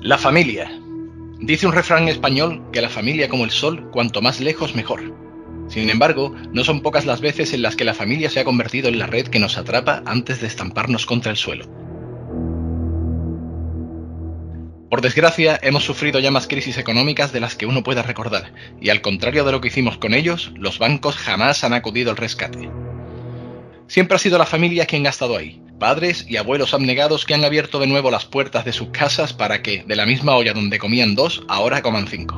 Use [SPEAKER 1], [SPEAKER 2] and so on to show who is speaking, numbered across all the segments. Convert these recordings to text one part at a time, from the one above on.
[SPEAKER 1] La familia. Dice un refrán español que la familia como el sol, cuanto más lejos mejor. Sin embargo, no son pocas las veces en las que la familia se ha convertido en la red que nos atrapa antes de estamparnos contra el suelo. Por desgracia, hemos sufrido ya más crisis económicas de las que uno pueda recordar, y al contrario de lo que hicimos con ellos, los bancos jamás han acudido al rescate. Siempre ha sido la familia quien ha estado ahí. Padres y abuelos abnegados que han abierto de nuevo las puertas de sus casas para que, de la misma olla donde comían 2, ahora coman 5.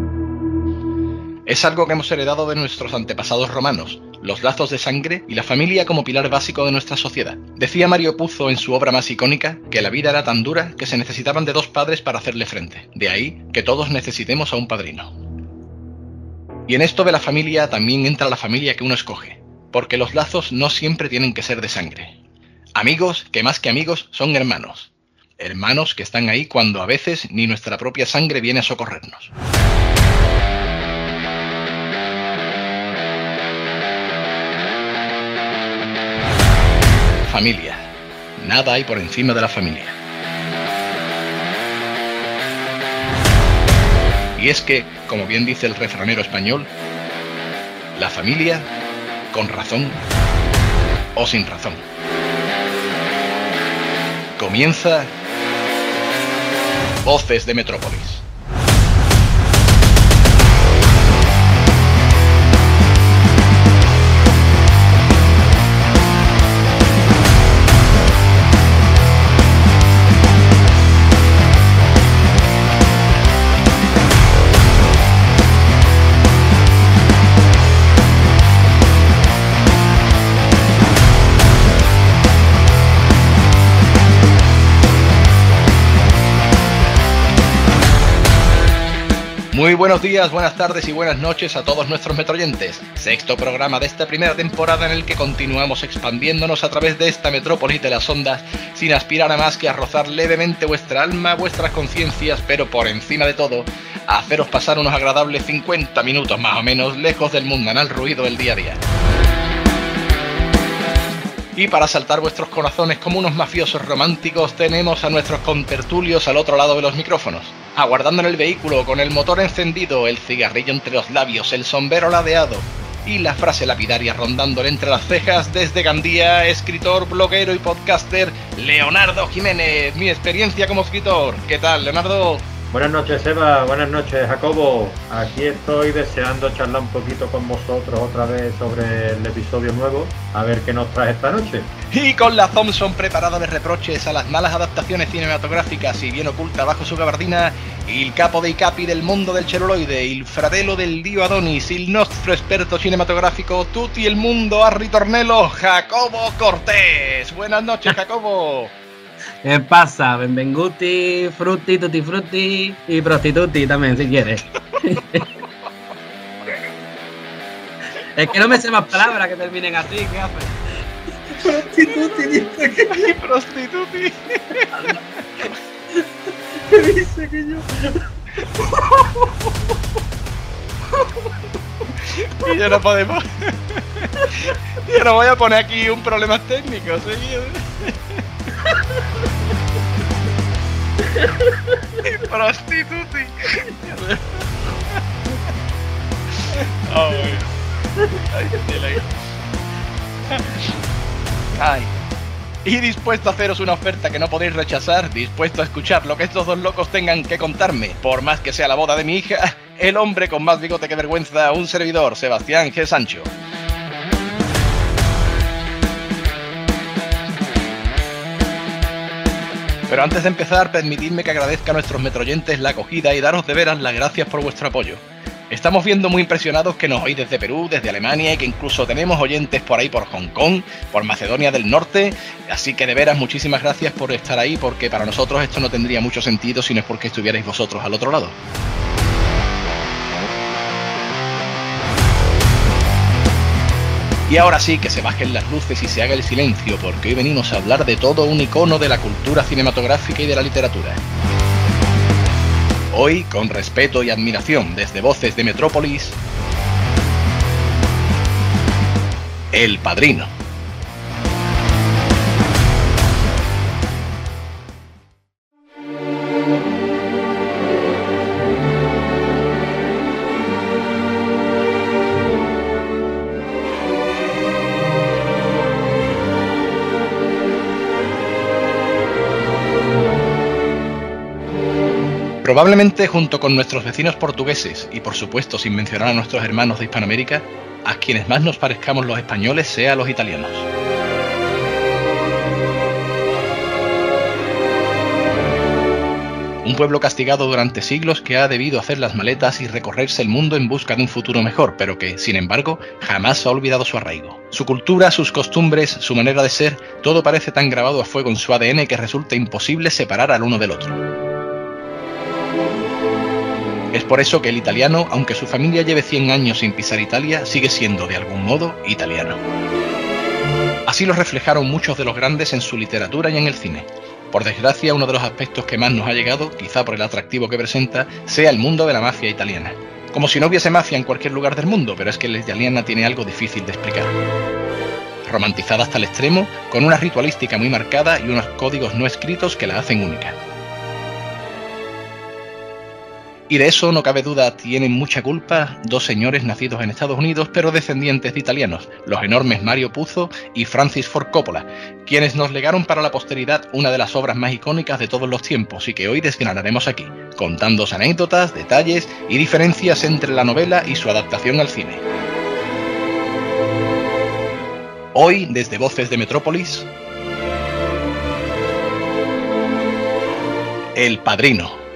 [SPEAKER 1] Es algo que hemos heredado de nuestros antepasados romanos, los lazos de sangre y la familia como pilar básico de nuestra sociedad. Decía Mario Puzo en su obra más icónica que la vida era tan dura que se necesitaban de 2 padres para hacerle frente. De ahí que todos necesitemos a un padrino. Y en esto de la familia también entra la familia que uno escoge, porque los lazos no siempre tienen que ser de sangre. Amigos que más que amigos son hermanos. Hermanos que están ahí cuando a veces ni nuestra propia sangre viene a socorrernos. Familia. Nada hay por encima de la familia. Y es que, como bien dice el refranero español, la familia, con razón o sin razón. Comienza Voces de Metrópolis. Muy buenos días, buenas tardes y buenas noches a todos nuestros metroyentes. 6º programa de esta primera temporada en el que continuamos expandiéndonos a través de esta metrópolis de las ondas, sin aspirar a más que a rozar levemente vuestra alma, vuestras conciencias, pero por encima de todo, a haceros pasar unos agradables 50 minutos más o menos lejos del mundanal ruido del día a día. Y para asaltar vuestros corazones como unos mafiosos románticos, tenemos a nuestros contertulios al otro lado de los micrófonos, aguardando en el vehículo con el motor encendido, el cigarrillo entre los labios, el sombrero ladeado y la frase lapidaria rondándole entre las cejas desde Gandía, escritor, bloguero y podcaster, Leonardo Jiménez, mi experiencia como escritor. ¿Qué tal, Leonardo?
[SPEAKER 2] Buenas noches, Eva, buenas noches, Jacobo. Aquí estoy deseando charlar un poquito con vosotros otra vez sobre el episodio nuevo, a ver qué nos trae esta noche.
[SPEAKER 1] Y con la Thompson preparada de reproches a las malas adaptaciones cinematográficas y bien oculta bajo su gabardina, il capo dei capi del mundo del celuloide, il fratello del dio Adonis, il nostro esperto cinematográfico, tutti el mundo a ritornello, Jacobo Cortés. Buenas noches, Jacobo.
[SPEAKER 3] ¿Qué pasa? Benvenguti, frutti, tutti frutti y prostituti también, si quieres. Es que no me sé más palabras que terminen así, ¿qué haces?
[SPEAKER 2] Prostituti, dice que
[SPEAKER 1] Y prostituti.
[SPEAKER 2] ¿Qué dice que yo?
[SPEAKER 1] Y ya no podemos. Yo no voy a poner aquí un problema técnico, ¿sí? Y prostituti. Ay. Y dispuesto a haceros una oferta que no podéis rechazar, dispuesto a escuchar lo que estos dos locos tengan que contarme, por más que sea la boda de mi hija, el hombre con más bigote que vergüenza, un servidor, Sebastián G. Sancho. Pero antes de empezar, permitidme que agradezca a nuestros metroyentes la acogida y daros de veras las gracias por vuestro apoyo. Estamos viendo muy impresionados que nos oís desde Perú, desde Alemania y que incluso tenemos oyentes por ahí por Hong Kong, por Macedonia del Norte, así que de veras muchísimas gracias por estar ahí, porque para nosotros esto no tendría mucho sentido si no es porque estuvierais vosotros al otro lado. Y ahora sí, que se bajen las luces y se haga el silencio, porque hoy venimos a hablar de todo un icono de la cultura cinematográfica y de la literatura. Hoy, con respeto y admiración desde Voces de Metrópolis, El Padrino. Probablemente junto con nuestros vecinos portugueses y por supuesto sin mencionar a nuestros hermanos de Hispanoamérica, a quienes más nos parezcamos los españoles sea a los italianos. Un pueblo castigado durante siglos que ha debido hacer las maletas y recorrerse el mundo en busca de un futuro mejor, pero que, sin embargo, jamás ha olvidado su arraigo. Su cultura, sus costumbres, su manera de ser, todo parece tan grabado a fuego en su ADN que resulta imposible separar al uno del otro. Es por eso que el italiano, aunque su familia lleve 100 años sin pisar Italia, sigue siendo, de algún modo, italiano. Así lo reflejaron muchos de los grandes en su literatura y en el cine. Por desgracia, uno de los aspectos que más nos ha llegado, quizá por el atractivo que presenta, sea el mundo de la mafia italiana. Como si no hubiese mafia en cualquier lugar del mundo, pero es que la italiana tiene algo difícil de explicar. Romantizada hasta el extremo, con una ritualística muy marcada y unos códigos no escritos que la hacen única. Y de eso, no cabe duda, tienen mucha culpa dos señores nacidos en Estados Unidos pero descendientes de italianos, los enormes Mario Puzo y Francis Ford Coppola, quienes nos legaron para la posteridad una de las obras más icónicas de todos los tiempos y que hoy desgranaremos aquí, contándoos anécdotas, detalles y diferencias entre la novela y su adaptación al cine. Hoy, desde Voces de Metrópolis, El Padrino.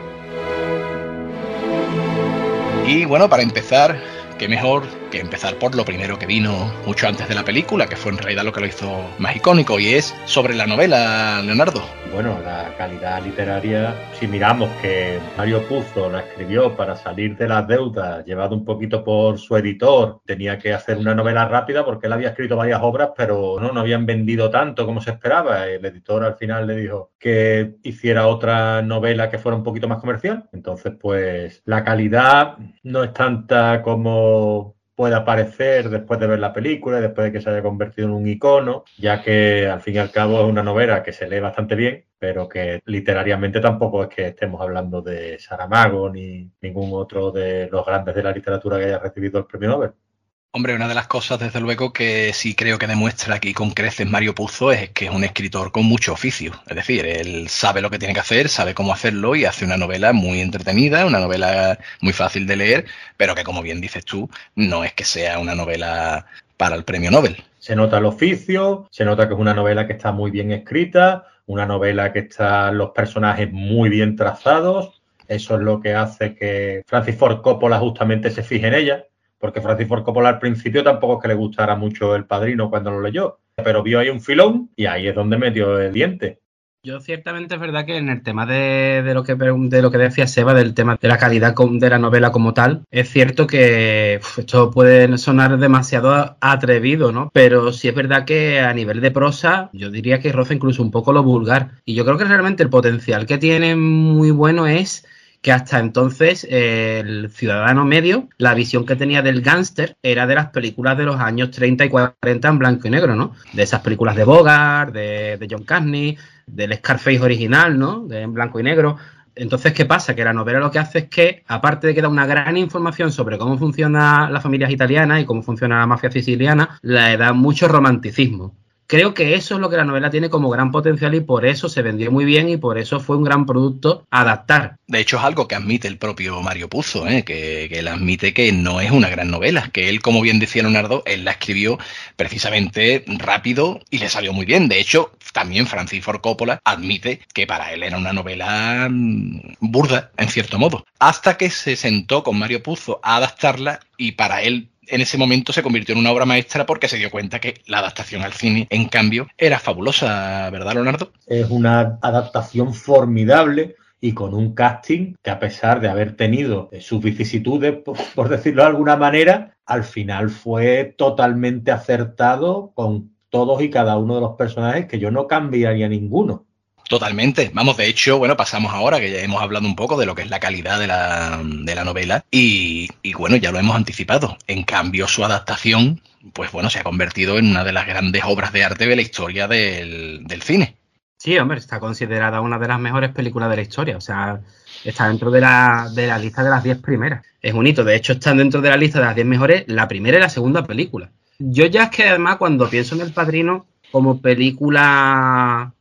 [SPEAKER 1] Y bueno, para empezar, qué mejor que empezar por lo primero que vino mucho antes de la película, que fue en realidad lo que lo hizo más icónico, y es sobre la novela, Leonardo.
[SPEAKER 2] Bueno, la calidad literaria, si miramos que Mario Puzo la escribió para salir de las deudas, llevado un poquito por su editor, tenía que hacer una novela rápida porque él había escrito varias obras, pero no habían vendido tanto como se esperaba. El editor al final le dijo que hiciera otra novela que fuera un poquito más comercial. Entonces, pues, la calidad no es tanta como pueda parecer después de ver la película y después de que se haya convertido en un icono, ya que al fin y al cabo es una novela que se lee bastante bien, pero que literariamente tampoco es que estemos hablando de Saramago ni ningún otro de los grandes de la literatura que haya recibido el premio Nobel.
[SPEAKER 1] Hombre, una de las cosas, desde luego, que sí creo que demuestra aquí con creces Mario Puzo es que es un escritor con mucho oficio. Es decir, él sabe lo que tiene que hacer, sabe cómo hacerlo y hace una novela muy entretenida, una novela muy fácil de leer, pero que, como bien dices tú, no es que sea una novela para el premio Nobel.
[SPEAKER 2] Se nota el oficio, se nota que es una novela que está muy bien escrita, una novela que están los personajes muy bien trazados. Eso es lo que hace que Francis Ford Coppola justamente se fije en ella. Porque Francis Ford Coppola al principio tampoco es que le gustara mucho El Padrino cuando lo leyó, pero vio ahí un filón y ahí es donde metió el diente.
[SPEAKER 3] Yo ciertamente es verdad que en el tema de lo que decía Seba, del tema de la calidad de la novela como tal, es cierto que esto puede sonar demasiado atrevido, ¿no? Pero sí es verdad que a nivel de prosa, yo diría que roza incluso un poco lo vulgar. Y yo creo que realmente el potencial que tiene muy bueno es que hasta entonces el ciudadano medio, la visión que tenía del gángster era de las películas de los años 30 y 40 en blanco y negro, ¿no? De esas películas de Bogart, de John Carney, del Scarface original, ¿no? En blanco y negro. Entonces, ¿qué pasa? Que la novela lo que hace es que, aparte de que da una gran información sobre cómo funcionan las familias italianas y cómo funciona la mafia siciliana, le da mucho romanticismo. Creo que eso es lo que la novela tiene como gran potencial y por eso se vendió muy bien y por eso fue un gran producto a adaptar.
[SPEAKER 1] De hecho, es algo que admite el propio Mario Puzo, que él admite que no es una gran novela, que él, como bien decía Leonardo, él la escribió precisamente rápido y le salió muy bien. De hecho, también Francis Ford Coppola admite que para él era una novela burda, en cierto modo, hasta que se sentó con Mario Puzo a adaptarla y para él en ese momento se convirtió en una obra maestra porque se dio cuenta que la adaptación al cine, en cambio, era fabulosa, ¿verdad, Leonardo?
[SPEAKER 2] Es una adaptación formidable y con un casting que, a pesar de haber tenido sus vicisitudes, por decirlo de alguna manera, al final fue totalmente acertado con todos y cada uno de los personajes, que yo no cambiaría ninguno.
[SPEAKER 1] Totalmente. Vamos, de hecho, bueno, pasamos ahora, que ya hemos hablado un poco de lo que es la calidad de la novela y bueno, ya lo hemos anticipado. En cambio, su adaptación, pues bueno, se ha convertido en una de las grandes obras de arte de la historia del cine.
[SPEAKER 3] Sí, hombre, está considerada una de las mejores películas de la historia. O sea, está dentro de la lista de las 10 primeras. Es un hito. De hecho, están dentro de la lista de las 10 mejores la primera y la segunda película. Yo ya es que además cuando pienso en El Padrino como película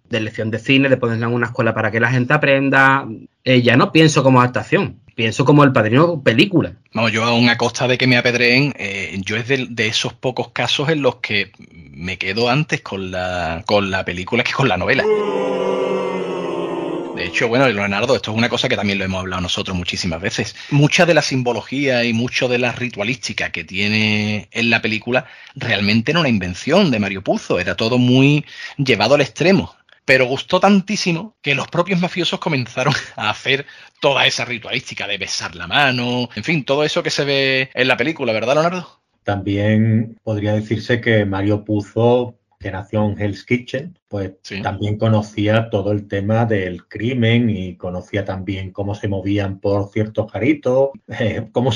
[SPEAKER 3] de lección de cine, de ponerla en una escuela para que la gente aprenda. Ya no pienso como adaptación, pienso como El Padrino película.
[SPEAKER 1] Vamos, yo aún a costa de que me apedreen, yo es de esos pocos casos en los que me quedo antes con la película que con la novela. De hecho, bueno, Leonardo, esto es una cosa que también lo hemos hablado nosotros muchísimas veces. Mucha de la simbología y mucho de la ritualística que tiene en la película realmente era una invención de Mario Puzo, era todo muy llevado al extremo. Pero gustó tantísimo que los propios mafiosos comenzaron a hacer toda esa ritualística de besar la mano, en fin, todo eso que se ve en la película, ¿verdad, Leonardo?
[SPEAKER 2] También podría decirse que Mario Puzo, que nació en Hell's Kitchen, pues sí, también conocía todo el tema del crimen y conocía también cómo se movían por ciertos garitos, cómo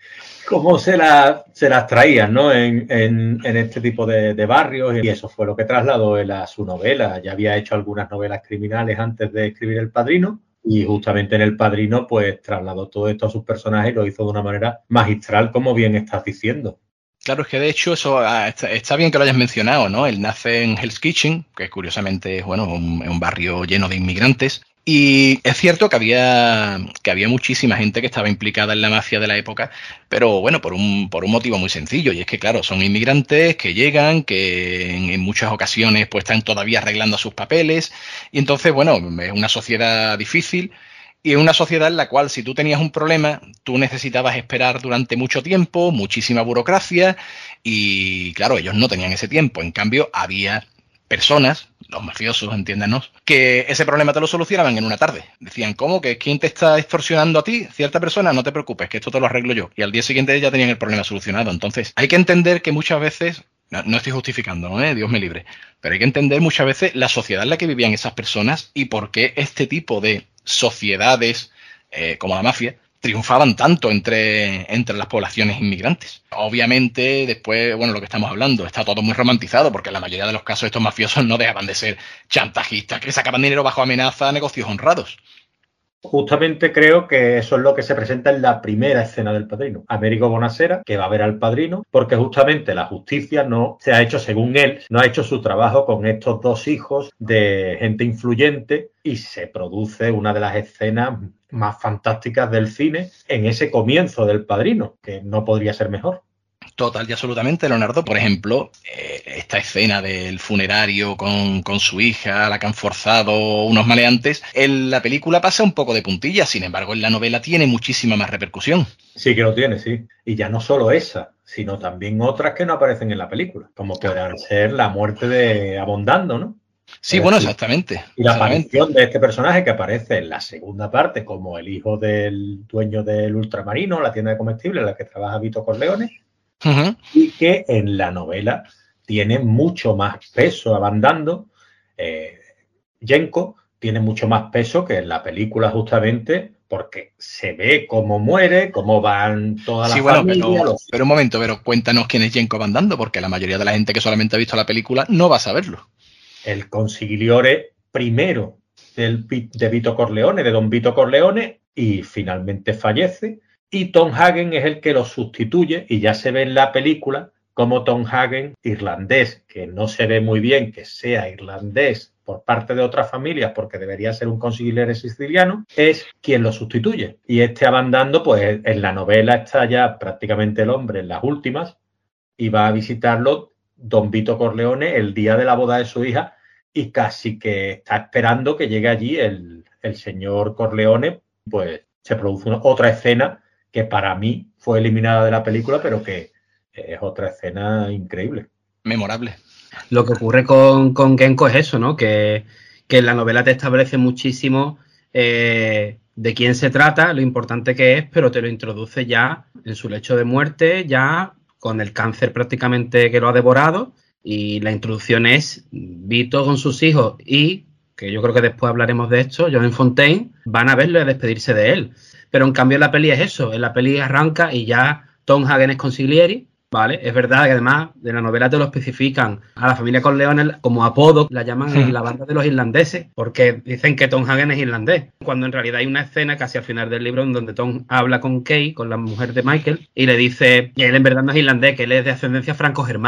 [SPEAKER 2] se las traían, ¿no? en este tipo de barrios, y eso fue lo que trasladó él a su novela. Ya había hecho algunas novelas criminales antes de escribir El Padrino, y justamente en El Padrino pues trasladó todo esto a sus personajes y lo hizo de una manera magistral, como bien estás diciendo.
[SPEAKER 1] Claro, es que de hecho eso está bien que lo hayas mencionado, ¿no? Él nace en Hell's Kitchen, que curiosamente es un barrio lleno de inmigrantes. Y es cierto que había muchísima gente que estaba implicada en la mafia de la época, pero bueno, por un motivo muy sencillo, y es que claro, son inmigrantes que llegan, que en muchas ocasiones pues están todavía arreglando sus papeles, y entonces bueno, es una sociedad difícil. Y es una sociedad en la cual si tú tenías un problema, tú necesitabas esperar durante mucho tiempo, muchísima burocracia, y claro, ellos no tenían ese tiempo. En cambio, había personas, los mafiosos, entiéndanos, que ese problema te lo solucionaban en una tarde. Decían, ¿cómo? ¿Que quién te está extorsionando a ti? Cierta persona, no te preocupes, que esto te lo arreglo yo. Y al día siguiente ya tenían el problema solucionado. Entonces, hay que entender que muchas veces... No estoy justificando, ¿no? Dios me libre. Pero hay que entender muchas veces la sociedad en la que vivían esas personas y por qué este tipo de sociedades, como la mafia, triunfaban tanto entre las poblaciones inmigrantes. Obviamente, después, bueno, lo que estamos hablando, está todo muy romantizado, porque en la mayoría de los casos estos mafiosos no dejaban de ser chantajistas, que sacaban dinero bajo amenaza a negocios honrados.
[SPEAKER 2] Justamente creo que eso es lo que se presenta en la primera escena del Padrino. Américo Bonasera, que va a ver al Padrino, porque justamente la justicia no se ha hecho, según él, no ha hecho su trabajo con estos dos hijos de gente influyente, y se produce una de las escenas más fantásticas del cine en ese comienzo del Padrino, que no podría ser mejor.
[SPEAKER 1] Total y absolutamente, Leonardo. Por ejemplo, esta escena del funerario con su hija, a la que han forzado unos maleantes, en la película pasa un poco de puntilla, sin embargo, en la novela tiene muchísima más repercusión.
[SPEAKER 2] Sí que lo tiene, sí. Y ya no solo esa, sino también otras que no aparecen en la película, como podrán ser la muerte de Abondando, ¿no?
[SPEAKER 1] Sí, bueno, exactamente.
[SPEAKER 2] Y la aparición de este personaje que aparece en la segunda parte como el hijo del dueño del Ultramarino, la tienda de comestibles en la que trabaja Vito Corleone. Uh-huh. Y que en la novela tiene mucho más peso Abondando. Jenko tiene mucho más peso que en la película, justamente porque se ve cómo muere, cómo van todas las familias.
[SPEAKER 1] Pero un momento, pero cuéntanos quién es Jenko Abondando, porque la mayoría de la gente que solamente ha visto la película no va a saberlo.
[SPEAKER 2] El consigliore primero de Vito Corleone, de don Vito Corleone, y finalmente fallece. Y Tom Hagen es el que lo sustituye, y ya se ve en la película como Tom Hagen, irlandés, que no se ve muy bien que sea irlandés por parte de otras familias, porque debería ser un consigliere siciliano, es quien lo sustituye. Y este Abondando, pues en la novela está ya prácticamente el hombre en las últimas, y va a visitarlo don Vito Corleone el día de la boda de su hija, y casi que está esperando que llegue allí el señor Corleone. Pues se produce otra escena que para mí fue eliminada de la película, pero que es otra escena increíble.
[SPEAKER 1] Memorable.
[SPEAKER 3] Lo que ocurre con Genko es eso, ¿no? Que en la novela te establece muchísimo de quién se trata, lo importante que es, pero te lo introduce ya en su lecho de muerte, ya con el cáncer prácticamente que lo ha devorado, y la introducción es Vito con sus hijos y, que yo creo que después hablaremos de esto, John Fontaine, van a verlo y a despedirse de él. Pero en cambio en la peli es eso, en la peli arranca y ya Tom Hagen es consigliere, ¿vale? Es verdad que además de la novela te lo especifican a la familia Corleone como apodo, la llaman en la banda de los irlandeses, porque dicen que Tom Hagen es irlandés, cuando en realidad hay una escena casi al final del libro en donde Tom habla con Kay, con la mujer de Michael, y le dice que él en verdad no es irlandés, que él es de ascendencia franco-germana.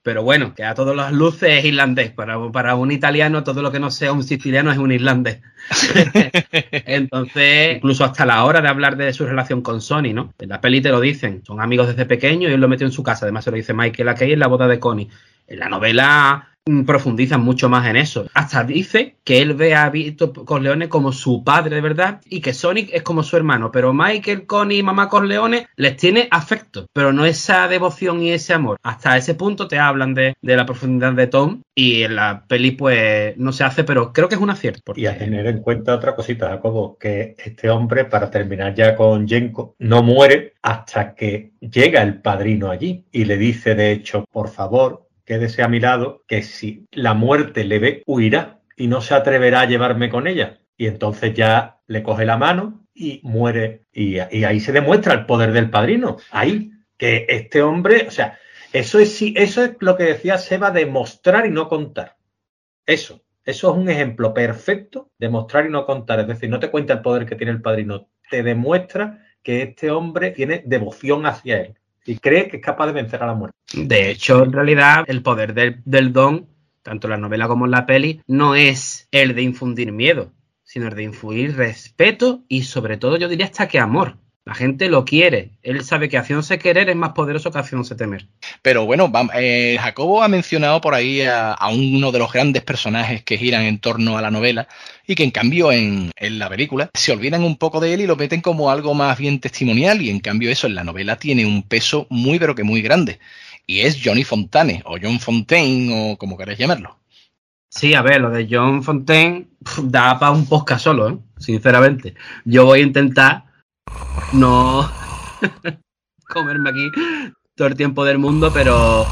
[SPEAKER 3] Pero bueno, que a todas las luces es irlandés. Para un italiano, todo lo que no sea un siciliano es un irlandés. Entonces, incluso hasta la hora de hablar de su relación con Sony, ¿no? En la peli te lo dicen, son amigos desde pequeño y él lo metió en su casa. Además se lo dice Michael Akey en la boda de Connie. En la novela profundizan mucho más en eso. Hasta dice que él ve a Vito Corleone como su padre de verdad y que Sonic es como su hermano, pero Michael, Connie y mamá Corleone les tiene afecto, pero no esa devoción y ese amor. Hasta ese punto te hablan de la profundidad de Tom y en la peli pues no se hace, pero creo que es un acierto. Porque...
[SPEAKER 2] Y a tener en cuenta otra cosita, Jacobo, que este hombre, para terminar ya con Jenko, no muere hasta que llega el padrino allí y le dice, de hecho, por favor, quédese a mi lado, que si la muerte le ve, huirá y no se atreverá a llevarme con ella. Y entonces ya le coge la mano y muere. Y ahí se demuestra el poder del padrino. Ahí, que este hombre, o sea, eso es lo que decía Seba de mostrar y no contar. Eso es un ejemplo perfecto de mostrar y no contar. Es decir, no te cuenta el poder que tiene el padrino, te demuestra que este hombre tiene devoción hacia él y cree que es capaz de vencer a la muerte.
[SPEAKER 3] De hecho, en realidad, el poder del don, tanto en la novela como en la peli, no es el de infundir miedo, sino el de infundir respeto y, sobre todo, yo diría hasta que amor. La gente lo quiere. Él sabe que haciéndose querer es más poderoso que haciéndose temer.
[SPEAKER 1] Pero bueno, Jacobo ha mencionado por ahí a uno de los grandes personajes que giran en torno a la novela y que en cambio en la película se olvidan un poco de él y lo meten como algo más bien testimonial, y en cambio eso en la novela tiene un peso muy pero que muy grande. Y es Johnny Fontane o John Fontaine o como queráis llamarlo.
[SPEAKER 3] Sí, a ver, lo de John Fontaine da para un podcast solo, ¿eh? Sinceramente. Yo voy a intentar no comerme aquí todo el tiempo del mundo, pero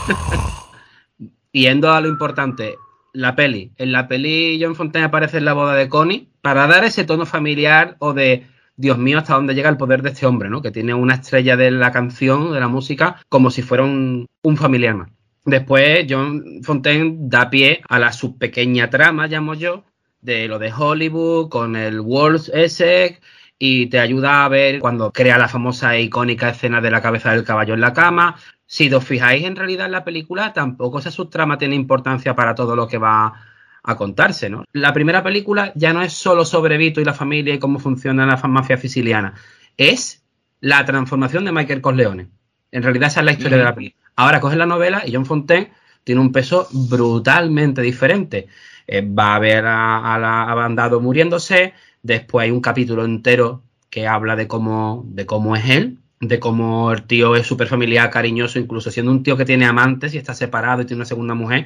[SPEAKER 3] yendo a lo importante, la peli. En la peli John Fontaine aparece en la boda de Connie para dar ese tono familiar o de Dios mío, hasta dónde llega el poder de este hombre, ¿no? Que tiene una estrella de la canción, de la música, como si fuera un familiar más. Después John Fontaine da pie a la subpequeña trama, llamo yo, de lo de Hollywood con el World Essex, y te ayuda a ver cuando crea la famosa e icónica escena de la cabeza del caballo en la cama. Si os fijáis, en realidad en la película tampoco esa subtrama tiene importancia para todo lo que va a contarse, ¿no? La primera película ya no es solo sobre Vito y la familia y cómo funciona la mafia siciliana, es la transformación de Michael Corleone. En realidad esa es la historia de la película. Ahora coges la novela y John Fontaine tiene un peso brutalmente diferente. Va a ver a la bandado muriéndose. Después hay un capítulo entero que habla de cómo es él, de cómo el tío es súper familiar, cariñoso, incluso siendo un tío que tiene amantes y está separado y tiene una segunda mujer.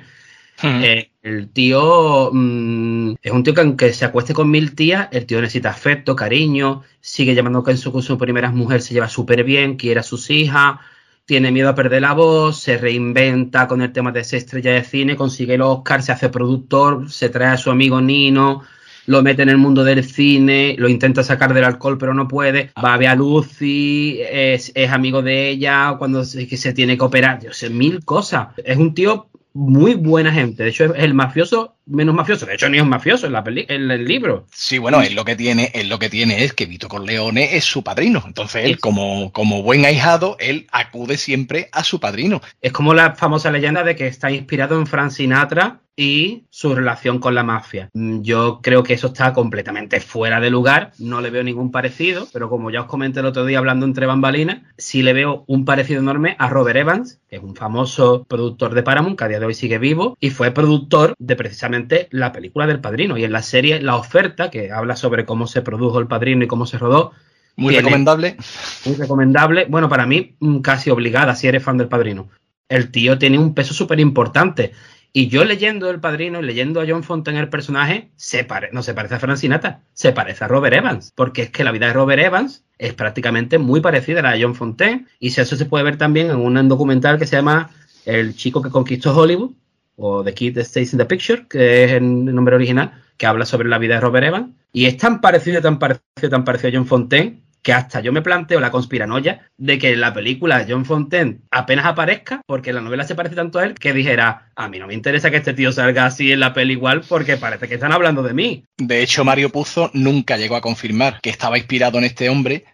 [SPEAKER 3] El tío es un tío que aunque se acueste con 1000 tías, el tío necesita afecto, cariño, sigue llamando con su primera mujer, se lleva súper bien, quiere a sus hijas, tiene miedo a perder la voz, se reinventa con el tema de ser estrella de cine, consigue el Oscar, se hace productor, se trae a su amigo Nino, lo mete en el mundo del cine, lo intenta sacar del alcohol pero no puede, va a ver a Lucy, es amigo de ella cuando se tiene que operar, yo sé, 1000 cosas. Es un tío muy buena gente, de hecho es el mafioso menos mafioso, de hecho ni es un mafioso en el libro.
[SPEAKER 1] Sí, bueno, él lo que tiene es que Vito Corleone es su padrino, entonces él como buen ahijado, él acude siempre a su padrino.
[SPEAKER 3] Es como la famosa leyenda de que está inspirado en Frank Sinatra y su relación con la mafia. Yo creo que eso está completamente fuera de lugar, no le veo ningún parecido, pero como ya os comenté el otro día hablando entre bambalinas, sí le veo un parecido enorme a Robert Evans, que es un famoso productor de Paramount, que a día de hoy sigue vivo, y fue productor de precisamente la película del Padrino, y en la serie La Oferta, que habla sobre cómo se produjo El Padrino y cómo se rodó.
[SPEAKER 1] Muy recomendable.
[SPEAKER 3] Muy recomendable, bueno, para mí casi obligada si eres fan del Padrino. El tío tiene un peso súper importante. Y yo leyendo El Padrino y leyendo a John Fontaine el personaje, no se parece a Frank Sinatra, se parece a Robert Evans, porque es que la vida de Robert Evans es prácticamente muy parecida a la de John Fontaine, y eso se puede ver también en un documental que se llama El chico que conquistó Hollywood, o The Kid That Stays in the Picture, que es el nombre original, que habla sobre la vida de Robert Evans, y es tan parecido a John Fontaine, que hasta yo me planteo la conspiranoia de que en la película John Fontaine apenas aparezca, porque en la novela se parece tanto a él, que dijera, a mí no me interesa que este tío salga así en la peli igual, porque parece que están hablando de mí.
[SPEAKER 1] De hecho, Mario Puzo nunca llegó a confirmar que estaba inspirado en este hombre,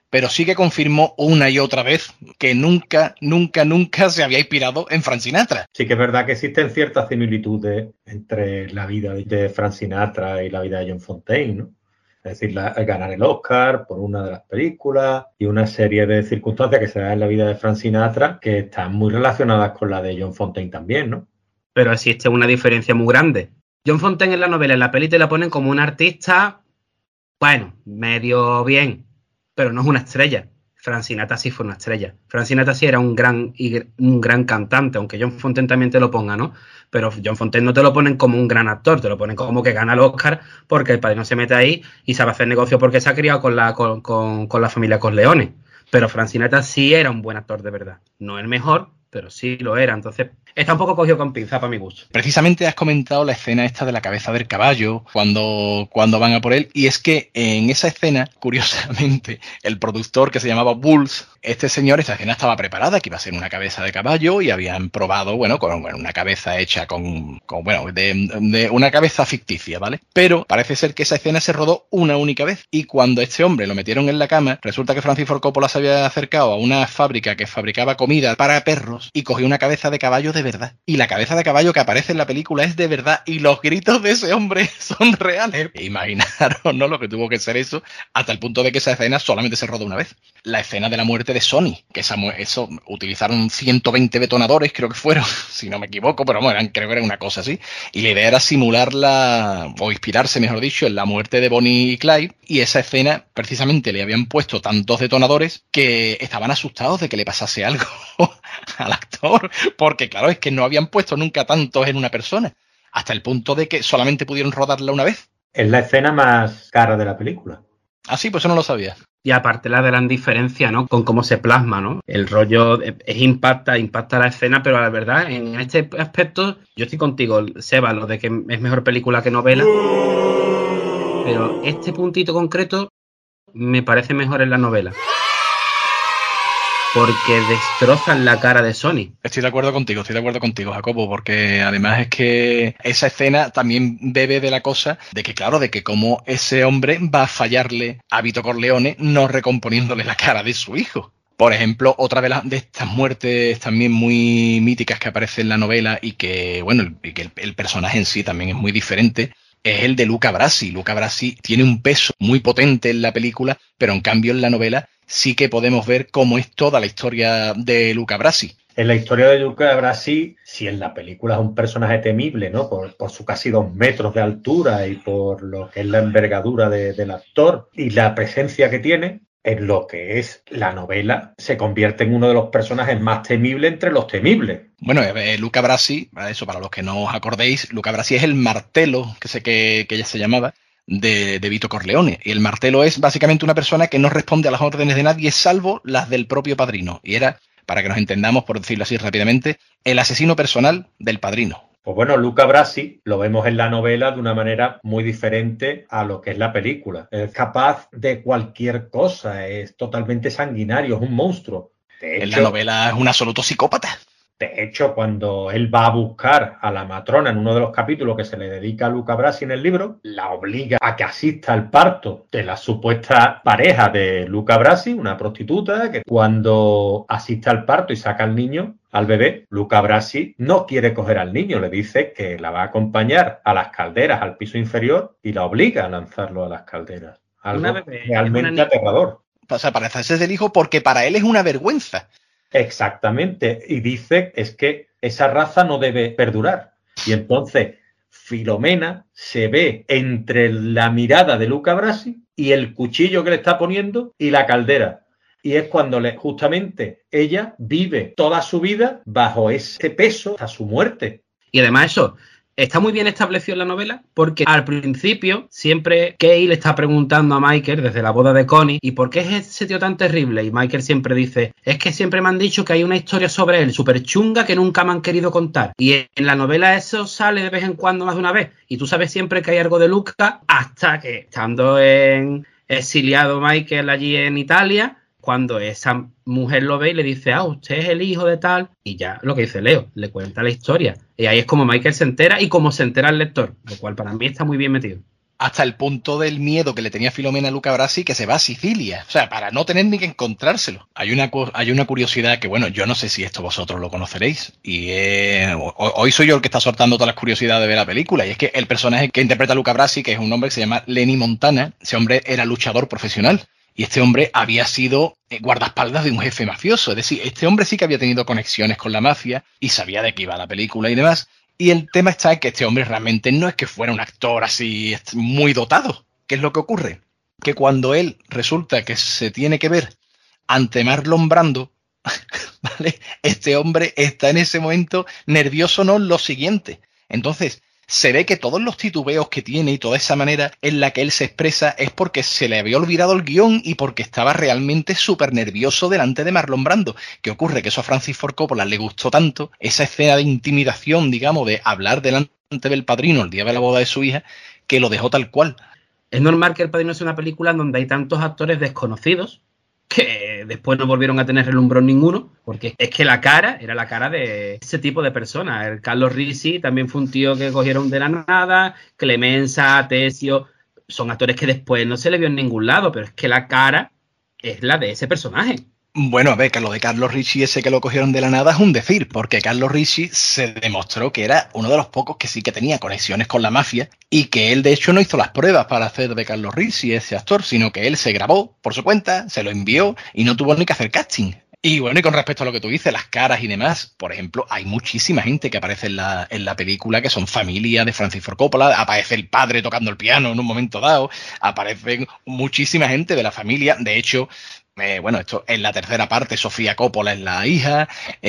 [SPEAKER 1] pero sí que confirmó una y otra vez que nunca se había inspirado en Frank Sinatra.
[SPEAKER 2] Sí que es verdad que existen ciertas similitudes entre la vida de Frank Sinatra y la vida de John Fontaine, ¿no? Es decir, ganar el Oscar por una de las películas y una serie de circunstancias que se dan en la vida de Frank Sinatra que están muy relacionadas con la de John Fontaine también, ¿no?
[SPEAKER 3] Pero existe una diferencia muy grande. John Fontaine en la novela, en la peli te la ponen como un artista, bueno, medio bien, pero no es una estrella. Frank Sinatra sí fue una estrella. Frank Sinatra sí era un gran cantante, aunque John Fontaine también te lo ponga, ¿no? Pero John Fontaine no te lo ponen como un gran actor, te lo ponen como que gana el Oscar porque el padrino se mete ahí y sabe hacer negocio porque se ha criado con la familia Corleone. Pero Frank Sinatra sí era un buen actor de verdad. No el mejor, pero sí lo era. Entonces, está un poco cogido con pinza para mi gusto.
[SPEAKER 1] Precisamente has comentado la escena esta de la cabeza del caballo, cuando van a por él, y es que en esa escena, curiosamente, el productor que se llamaba Bulls, esta escena estaba preparada, que iba a ser una cabeza de caballo, y habían probado, con una cabeza hecha de una cabeza ficticia, ¿vale? Pero parece ser que esa escena se rodó una única vez, y cuando este hombre lo metieron en la cama, resulta que Francis Ford Coppola se había acercado a una fábrica que fabricaba comida para perros, y cogió una cabeza de caballo de verdad. Y la cabeza de caballo que aparece en la película es de verdad. Y los gritos de ese hombre son reales. Imaginaros, ¿no? Lo que tuvo que ser eso, hasta el punto de que esa escena solamente se rodó una vez. La escena de la muerte de Sony, que eso utilizaron 120 detonadores, creo que fueron, si no me equivoco, pero bueno, creo que era una cosa así. Y la idea era simularla, o inspirarse, mejor dicho, en la muerte de Bonnie y Clyde. Y esa escena, precisamente, le habían puesto tantos detonadores que estaban asustados de que le pasase algo al actor, porque claro, es que no habían puesto nunca tantos en una persona, hasta el punto de que solamente pudieron rodarla una vez.
[SPEAKER 2] Es la escena más cara de la película.
[SPEAKER 1] Ah, sí, pues eso no lo sabía.
[SPEAKER 3] Y aparte la gran diferencia, ¿no? Con cómo se plasma, ¿no? El rollo impacta la escena, pero la verdad, en este aspecto, yo estoy contigo, Seba, lo de que es mejor película que novela, pero este puntito concreto me parece mejor en la novela. Porque destrozan la cara de Sony.
[SPEAKER 1] Estoy de acuerdo contigo, Jacobo, porque además es que esa escena también bebe de la cosa de que, claro, de que como ese hombre va a fallarle a Vito Corleone no recomponiéndole la cara de su hijo. Por ejemplo, otra de estas muertes también muy míticas que aparece en la novela y que, bueno, el personaje en sí también es muy diferente, es el de Luca Brasi. Luca Brasi tiene un peso muy potente en la película, pero en cambio en la novela sí que podemos ver cómo es toda la historia de Luca Brasi.
[SPEAKER 2] En la historia de Luca Brasi, si en la película es un personaje temible, ¿no? Por su casi 2 metros de altura y por lo que es la envergadura del actor y la presencia que tiene, en lo que es la novela se convierte en uno de los personajes más temibles entre los temibles.
[SPEAKER 1] Bueno, Luca Brasi, eso para los que no os acordéis, Luca Brasi es el martelo, que ella se llamaba, de Vito Corleone. Y el martelo es básicamente una persona que no responde a las órdenes de nadie, salvo las del propio padrino. Y era, para que nos entendamos, por decirlo así rápidamente, el asesino personal del padrino.
[SPEAKER 2] Pues bueno, Luca Brasi lo vemos en la novela de una manera muy diferente a lo que es la película. Es capaz de cualquier cosa, es totalmente sanguinario, es un monstruo.
[SPEAKER 1] En la novela es un absoluto psicópata.
[SPEAKER 2] De hecho, cuando él va a buscar a la matrona en uno de los capítulos que se le dedica a Luca Brasi en el libro, la obliga a que asista al parto de la supuesta pareja de Luca Brasi, una prostituta, que cuando asiste al parto y saca al niño, al bebé, Luca Brasi no quiere coger al niño, le dice que la va a acompañar a las calderas, al piso inferior, y la obliga a lanzarlo a las calderas. Algo realmente aterrador.
[SPEAKER 1] O sea, para hacerse del hijo porque para él es una vergüenza.
[SPEAKER 2] Exactamente, y dice es que esa raza no debe perdurar. Y entonces Filomena se ve entre la mirada de Luca Brasi y el cuchillo que le está poniendo y la caldera. Y es cuando justamente ella vive toda su vida bajo ese peso hasta su muerte.
[SPEAKER 3] Y además eso está muy bien establecido en la novela porque al principio siempre Kay le está preguntando a Michael desde la boda de Connie ¿y por qué es ese tío tan terrible? Y Michael siempre dice, es que siempre me han dicho que hay una historia sobre él súper chunga que nunca me han querido contar. Y en la novela eso sale de vez en cuando más de una vez. Y tú sabes siempre que hay algo de Luca hasta que estando exiliado Michael allí en Italia, cuando esa mujer lo ve y le dice, usted es el hijo de tal, y ya lo que dice Leo, le cuenta la historia. Y ahí es como Michael se entera y como se entera el lector, lo cual para mí está muy bien metido.
[SPEAKER 1] hasta el punto del miedo que le tenía Filomena a Luca Brasi, que se va a Sicilia, o sea, para no tener ni que encontrárselo. Hay una curiosidad que, bueno, yo no sé si esto vosotros lo conoceréis, y hoy soy yo el que está soltando todas las curiosidades de ver la película, y es que el personaje que interpreta a Luca Brasi, que es un hombre que se llama Lenny Montana, ese hombre era luchador profesional, y este hombre había sido guardaespaldas de un jefe mafioso, es decir, este hombre sí que había tenido conexiones con la mafia, y sabía de qué iba la película y demás. Y el tema está en que este hombre realmente no es que fuera un actor así muy dotado. ¿Qué es lo que ocurre? Que cuando él resulta que se tiene que ver ante Marlon Brando, ¿vale? Este hombre está en ese momento nervioso, no lo siguiente. Entonces, se ve que todos los titubeos que tiene y toda esa manera en la que él se expresa es porque se le había olvidado el guión y porque estaba realmente súper nervioso delante de Marlon Brando. ¿Qué ocurre? Que eso a Francis Ford Coppola le gustó tanto, esa escena de intimidación, digamos, de hablar delante del padrino el día de la boda de su hija, que lo dejó tal cual.
[SPEAKER 3] Es normal que El Padrino sea una película donde hay tantos actores desconocidos que después no volvieron a tener relumbrón ninguno, porque es que la cara era la cara de ese tipo de personas. El Carlo Risi también fue un tío que cogieron de la nada, Clemenza, Tesio, son actores que después no se le vio en ningún lado, pero es que la cara es la de ese personaje.
[SPEAKER 1] Bueno, a ver, que lo de Carlos Ricci ese que lo cogieron de la nada es un decir, porque Carlos Ricci se demostró que era uno de los pocos que sí que tenía conexiones con la mafia y que él de hecho no hizo las pruebas para hacer de Carlos Ricci ese actor, sino que él se grabó por su cuenta, se lo envió y no tuvo ni que hacer casting. Y bueno, y con respecto a lo que tú dices, las caras y demás, por ejemplo, hay muchísima gente que aparece en la película que son familia de Francis Ford Coppola, aparece el padre tocando el piano en un momento dado, aparecen muchísima gente de la familia, de hecho... bueno, esto en la tercera parte, Sofía Coppola es la hija,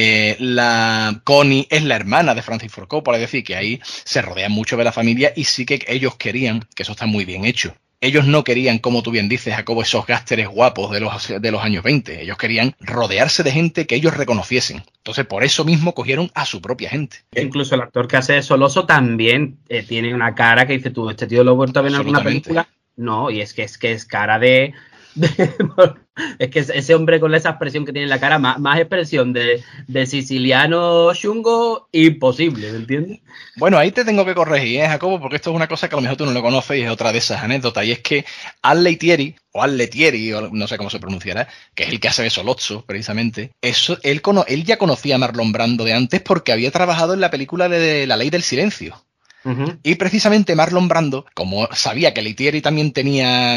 [SPEAKER 1] la Connie es la hermana de Francis Ford Coppola, es decir, que ahí se rodean mucho de la familia y sí que ellos querían, que eso está muy bien hecho, ellos no querían, como tú bien dices, Jacobo, esos gásteres guapos de los años 20, ellos querían rodearse de gente que ellos reconociesen, entonces por eso mismo cogieron a su propia gente.
[SPEAKER 3] Incluso el actor que hace de Soloso también tiene una cara que dice tú, este tío lo he vuelto a ver en alguna película, no, y es que es cara de es que ese hombre con esa expresión que tiene en la cara, más expresión de siciliano chungo, imposible, ¿me entiendes?
[SPEAKER 1] Bueno, ahí te tengo que corregir, Jacobo, porque esto es una cosa que a lo mejor tú no lo conoces y es otra de esas anécdotas, y es que Al Lettieri, o no sé cómo se pronunciará, que es el que hace de Solozzo, precisamente, él ya conocía a Marlon Brando de antes porque había trabajado en la película de La Ley del Silencio. Uh-huh. Y precisamente Marlon Brando, como sabía que Lettieri también tenía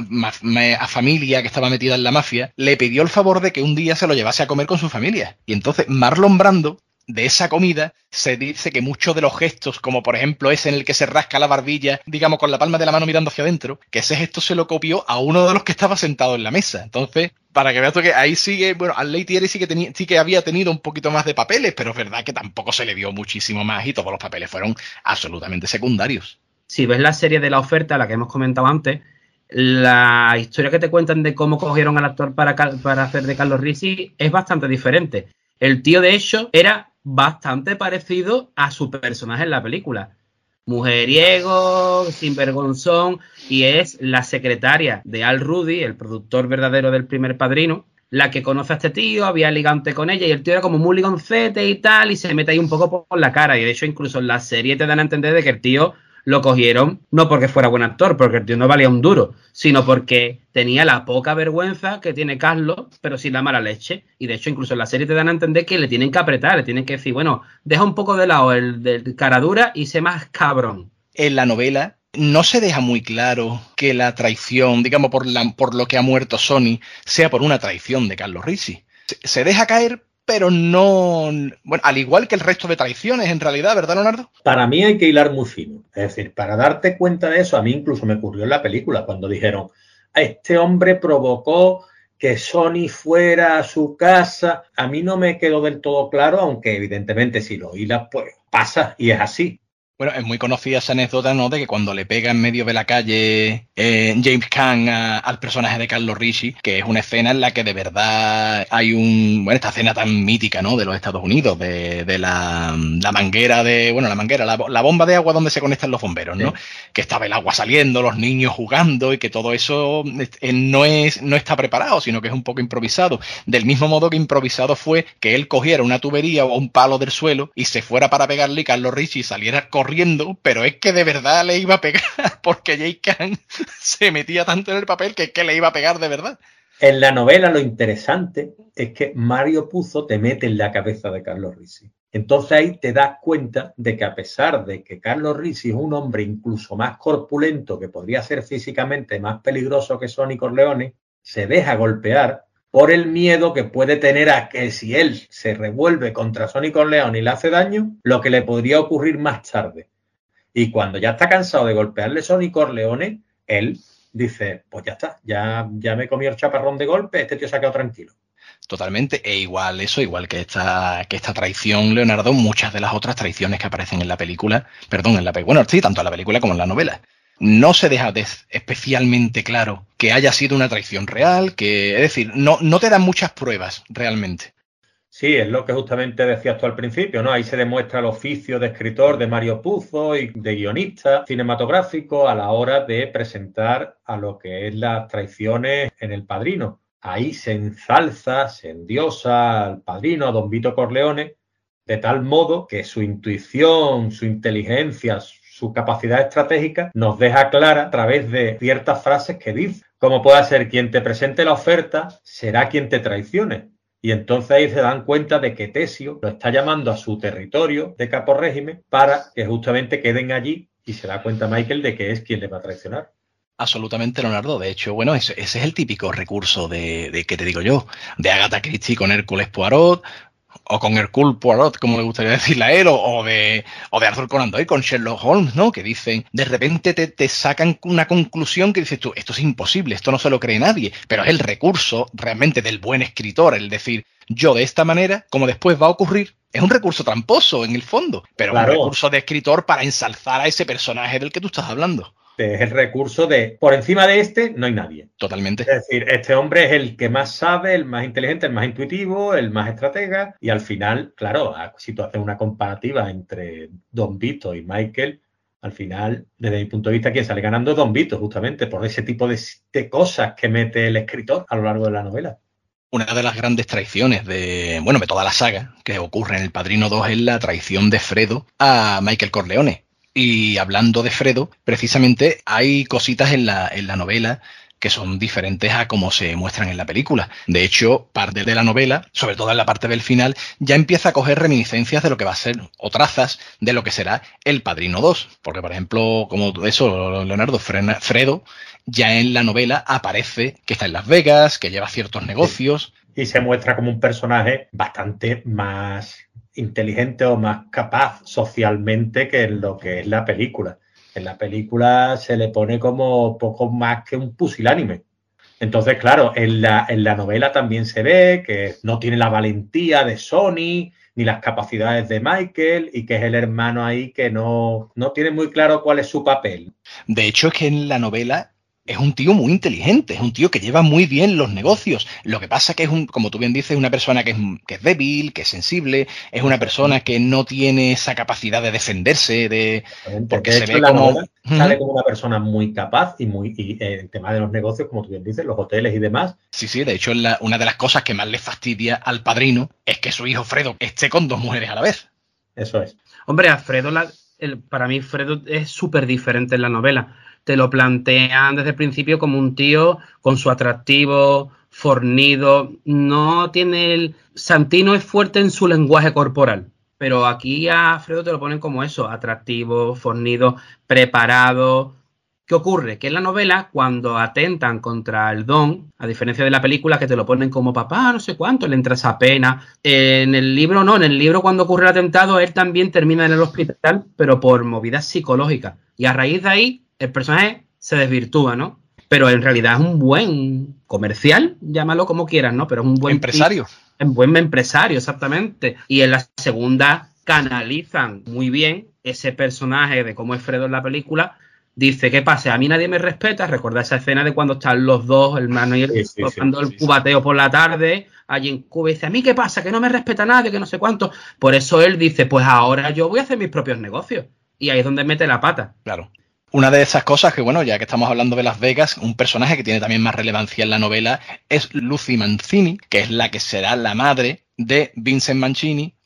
[SPEAKER 1] a familia que estaba metida en la mafia, le pidió el favor de que un día se lo llevase a comer con su familia. Y entonces Marlon Brando, de esa comida, se dice que muchos de los gestos, como por ejemplo ese en el que se rasca la barbilla, digamos con la palma de la mano mirando hacia adentro, que ese gesto se lo copió a uno de los que estaba sentado en la mesa. Entonces, para que veas tú que ahí sigue, bueno, Al Lettieri sí que había tenido un poquito más de papeles, pero es verdad que tampoco se le dio muchísimo más y todos los papeles fueron absolutamente secundarios.
[SPEAKER 3] Si ves la serie de La Oferta, la que hemos comentado antes, la historia que te cuentan de cómo cogieron al actor para hacer de Carlos Ricci es bastante diferente. El tío, de hecho, era bastante parecido a su personaje en la película. Mujeriego, sinvergonzón, y es la secretaria de Al Rudy, el productor verdadero del primer Padrino, la que conoce a este tío, había ligante con ella, y el tío era como muy ligoncete y tal, y se mete ahí un poco por la cara, y de hecho incluso en la serie te dan a entender de que el tío lo cogieron no porque fuera buen actor, porque el tío no valía un duro, sino porque tenía la poca vergüenza que tiene Carlos, pero sin la mala leche. Y de hecho, incluso en la serie te dan a entender que le tienen que apretar, le tienen que decir, bueno, deja un poco de lado el de cara dura y sé más cabrón.
[SPEAKER 1] En la novela no se deja muy claro que la traición, digamos, por lo que ha muerto Sony, sea por una traición de Carlos Ricci. Se deja caer, pero no... Bueno, al igual que el resto de traiciones, en realidad, ¿verdad, Leonardo?
[SPEAKER 2] Para mí hay que hilar muy fino. Es decir, para darte cuenta de eso, a mí incluso me ocurrió en la película cuando dijeron, este hombre provocó que Sony fuera a su casa. A mí no me quedó del todo claro, aunque evidentemente si lo hilas, pues pasa y es así.
[SPEAKER 1] Bueno, es muy conocida esa anécdota, ¿no? De que cuando le pega en medio de la calle James Caan al personaje de Carlos Ricci, que es una escena en la que de verdad hay esta escena tan mítica, ¿no? De los Estados Unidos, de la manguera la bomba de agua donde se conectan los bomberos, ¿no? Sí. Que estaba el agua saliendo, los niños jugando y que todo eso no está preparado, sino que es un poco improvisado. Del mismo modo que improvisado fue que él cogiera una tubería o un palo del suelo y se fuera para pegarle y Carlos Ricci saliera corriendo corriendo, pero es que de verdad le iba a pegar, porque James Caan se metía tanto en el papel que es que le iba a pegar de verdad.
[SPEAKER 2] En la novela lo interesante es que Mario Puzo te mete en la cabeza de Carlo Risi. Entonces ahí te das cuenta de que a pesar de que Carlo Risi es un hombre incluso más corpulento, que podría ser físicamente más peligroso que Sonny Corleone, se deja golpear por el miedo que puede tener a que si él se revuelve contra Sonny Corleone y le hace daño, lo que le podría ocurrir más tarde. Y cuando ya está cansado de golpearle Sonny Corleone, él dice, pues ya está, ya me comí el chaparrón de golpe, este tío se ha quedado tranquilo.
[SPEAKER 1] Totalmente, e igual que esta traición, Leonardo, muchas de las otras traiciones que aparecen en la película, bueno, sí, tanto en la película como en la novela, no se deja especialmente claro que haya sido una traición real, es decir, no te dan muchas pruebas realmente.
[SPEAKER 2] Sí, es lo que justamente decías tú al principio, ¿no? Ahí se demuestra el oficio de escritor de Mario Puzo y de guionista cinematográfico a la hora de presentar a lo que es las traiciones en El Padrino. Ahí se ensalza, se endiosa al Padrino, a Don Vito Corleone, de tal modo que su intuición, su inteligencia, su capacidad estratégica nos deja clara a través de ciertas frases que dice. Como puede ser quien te presente la oferta será quien te traicione. Y entonces ahí se dan cuenta de que Tesio lo está llamando a su territorio de Capo Régimen para que justamente queden allí y se da cuenta Michael de que es quien le va a traicionar.
[SPEAKER 1] Absolutamente, Leonardo. De hecho, bueno, ese es el típico recurso de ¿qué te digo yo? De Agatha Christie con Hércules Poirot, o con Hercule Poirot, como le gustaría decirle a él, o de Arthur Conan Doyle con Sherlock Holmes, ¿no? Que dicen, de repente te sacan una conclusión que dices tú, esto es imposible, esto no se lo cree nadie, pero es el recurso realmente del buen escritor, el decir, yo de esta manera, como después va a ocurrir, es un recurso tramposo en el fondo, pero claro, un recurso de escritor para ensalzar a ese personaje del que tú estás hablando.
[SPEAKER 2] Es el recurso de, por encima de este, no hay nadie.
[SPEAKER 1] Totalmente.
[SPEAKER 2] Es decir, este hombre es el que más sabe, el más inteligente, el más intuitivo, el más estratega. Y al final, claro, si tú haces una comparativa entre Don Vito y Michael, al final, desde mi punto de vista, quien sale ganando es Don Vito, justamente, por ese tipo de cosas que mete el escritor a lo largo de la novela.
[SPEAKER 1] Una de las grandes traiciones de toda la saga que ocurre en El Padrino 2 es la traición de Fredo a Michael Corleone. Y hablando de Fredo, precisamente hay cositas en la novela que son diferentes a cómo se muestran en la película. De hecho, parte de la novela, sobre todo en la parte del final, ya empieza a coger reminiscencias de lo que va a ser, o trazas de lo que será El Padrino 2. Porque, por ejemplo, como eso, Leonardo, Fredo, ya en la novela aparece que está en Las Vegas, que lleva ciertos negocios.
[SPEAKER 2] Y se muestra como un personaje bastante más inteligente o más capaz socialmente que en lo que es la película. En la película se le pone como poco más que un pusilánime. Entonces, claro, en la novela también se ve que no tiene la valentía de Sonny ni las capacidades de Michael y que es el hermano ahí que no tiene muy claro cuál es su papel.
[SPEAKER 1] De hecho, es que en la novela es un tío muy inteligente, es un tío que lleva muy bien los negocios. Lo que pasa que es como tú bien dices, una persona que es débil, que es sensible, es una persona que no tiene esa capacidad de defenderse, porque se ve como...
[SPEAKER 2] Sale como una persona muy capaz y el tema de los negocios, como tú bien dices, los hoteles y demás.
[SPEAKER 1] Sí, de hecho, una de las cosas que más le fastidia al Padrino es que su hijo Fredo esté con 2 mujeres a la vez.
[SPEAKER 2] Eso es.
[SPEAKER 3] Hombre, a Fredo, para mí Fredo es súper diferente en la novela. Te lo plantean desde el principio como un tío con su atractivo, fornido. No tiene Santino es fuerte en su lenguaje corporal, pero aquí a Fredo te lo ponen como eso, atractivo, fornido, preparado. ¿Qué ocurre? Que en la novela, cuando atentan contra el Don, a diferencia de la película que te lo ponen como papá, no sé cuánto, le entra esa pena. En el libro no, en el libro cuando ocurre el atentado, él también termina en el hospital, pero por movidas psicológicas. Y a raíz de ahí, el personaje se desvirtúa, ¿no? Pero en realidad es un buen comercial, llámalo como quieras, ¿no? Pero es un buen
[SPEAKER 1] empresario.
[SPEAKER 3] Un buen empresario, exactamente. Y en la segunda canalizan muy bien ese personaje de cómo es Fredo en la película. Dice, ¿qué pasa? A mí nadie me respeta. Recuerda esa escena de cuando están los dos, el hermano y él, tocando el cubateo por la tarde, allí en Cuba, y dice, ¿a mí qué pasa? Que no me respeta nadie, que no sé cuánto. Por eso él dice, pues ahora yo voy a hacer mis propios negocios. Y ahí es donde mete la pata.
[SPEAKER 1] Claro. Una de esas cosas que, bueno, ya que estamos hablando de Las Vegas, un personaje que tiene también más relevancia en la novela es Lucy Mancini, que es la que será la madre de Vincent Mancini,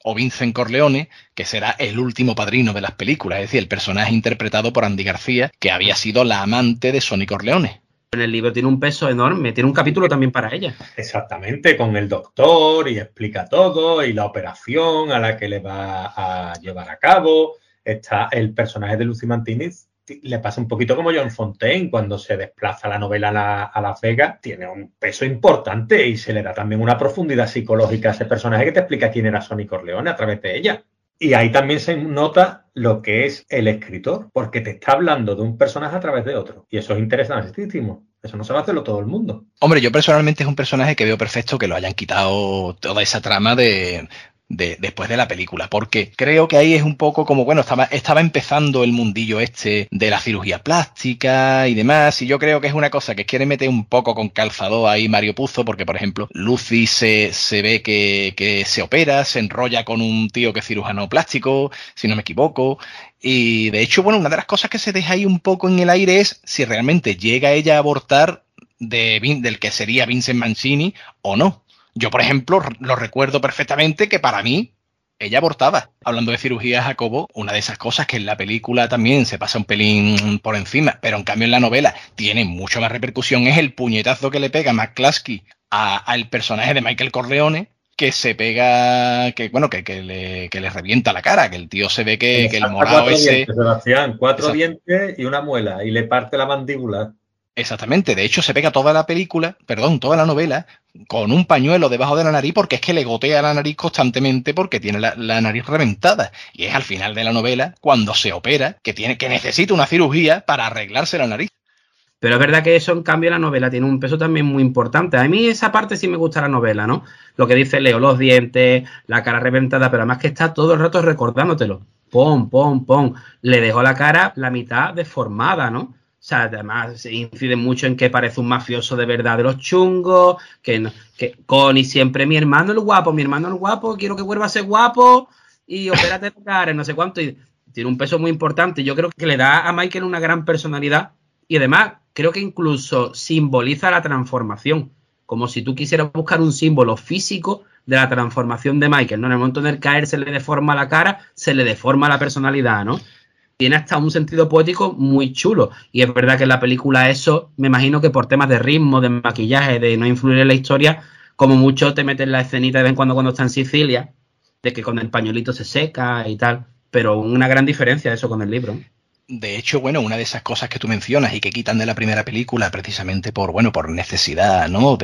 [SPEAKER 1] o Vincent Corleone, que será el último padrino de las películas, es decir, el personaje interpretado por Andy García, que había sido la amante de Sonny Corleone.
[SPEAKER 3] En el libro tiene un peso enorme, tiene un capítulo también para ella.
[SPEAKER 2] Exactamente, con el doctor y explica todo y la operación a la que le va a llevar a cabo. Está el personaje de Lucy Martínez, le pasa un poquito como John Fontaine cuando se desplaza la novela a Las Vegas, tiene un peso importante y se le da también una profundidad psicológica a ese personaje que te explica quién era Sonny Corleone a través de ella. Y ahí también se nota lo que es el escritor, porque te está hablando de un personaje a través de otro. Y eso es interesantísimo. Eso no se va a hacerlo todo el mundo.
[SPEAKER 1] Hombre, yo personalmente es un personaje que veo perfecto que lo hayan quitado toda esa trama después de la película, porque creo que ahí es un poco como, bueno, estaba empezando el mundillo este de la cirugía plástica y demás, y yo creo que es una cosa que quiere meter un poco con calzador ahí Mario Puzo, porque por ejemplo Lucy se ve que se opera, se enrolla con un tío que es cirujano plástico, si no me equivoco, y de hecho, bueno, una de las cosas que se deja ahí un poco en el aire es si realmente llega ella a abortar del que sería Vincent Mancini o no. Yo, por ejemplo, lo recuerdo perfectamente que para mí ella abortaba. Hablando de cirugía, Jacobo, una de esas cosas que en la película también se pasa un pelín por encima, pero en cambio en la novela tiene mucho más repercusión, es el puñetazo que le pega McCluskey al personaje de Michael Corleone, que se pega, que le revienta la cara, que el tío se ve que el morado ese...
[SPEAKER 2] Dientes, Sebastián, cuatro dientes y una muela, y le parte la mandíbula.
[SPEAKER 1] Exactamente, de hecho se pega toda la novela con un pañuelo debajo de la nariz porque es que le gotea la nariz constantemente porque tiene la nariz reventada. Y es al final de la novela cuando se opera que necesita una cirugía para arreglarse la nariz.
[SPEAKER 3] Pero es verdad que eso, en cambio, la novela tiene un peso también muy importante. A mí esa parte sí me gusta la novela, ¿no? Lo que dice Leo, los dientes, la cara reventada, pero además que está todo el rato recordándotelo. Pom, pom, pom. Le dejó la cara la mitad deformada, ¿no? O sea, además se incide mucho en que parece un mafioso de verdad de los chungos, que Connie siempre, mi hermano el guapo, quiero que vuelva a ser guapo y opérate la cara, no sé cuánto. Y tiene un peso muy importante. Yo creo que le da a Michael una gran personalidad y además creo que incluso simboliza la transformación, como si tú quisieras buscar un símbolo físico de la transformación de Michael, ¿no? En el momento en el que a él se le deforma la cara, se le deforma la personalidad, ¿no? Tiene hasta un sentido poético muy chulo. Y es verdad que en la película eso, me imagino que por temas de ritmo, de maquillaje, de no influir en la historia, como mucho te meten la escenita de vez en cuando está en Sicilia, de que con el pañuelito se seca y tal. Pero una gran diferencia eso con el libro.
[SPEAKER 1] De hecho, bueno, una de esas cosas que tú mencionas y que quitan de la primera película precisamente por necesidad, ¿no?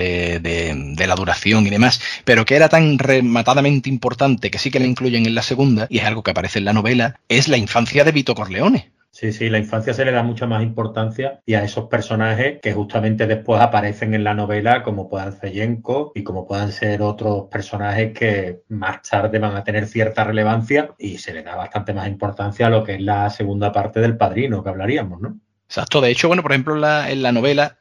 [SPEAKER 1] De la duración y demás, pero que era tan rematadamente importante que sí que la incluyen en la segunda, y es algo que aparece en la novela, es la infancia de Vito Corleone.
[SPEAKER 2] Sí, la infancia se le da mucha más importancia y a esos personajes que justamente después aparecen en la novela, como puedan ser Yenko y como puedan ser otros personajes que más tarde van a tener cierta relevancia, y se le da bastante más importancia a lo que es la segunda parte del Padrino que hablaríamos, ¿no?
[SPEAKER 1] Exacto, de hecho, bueno, por ejemplo, en la novela,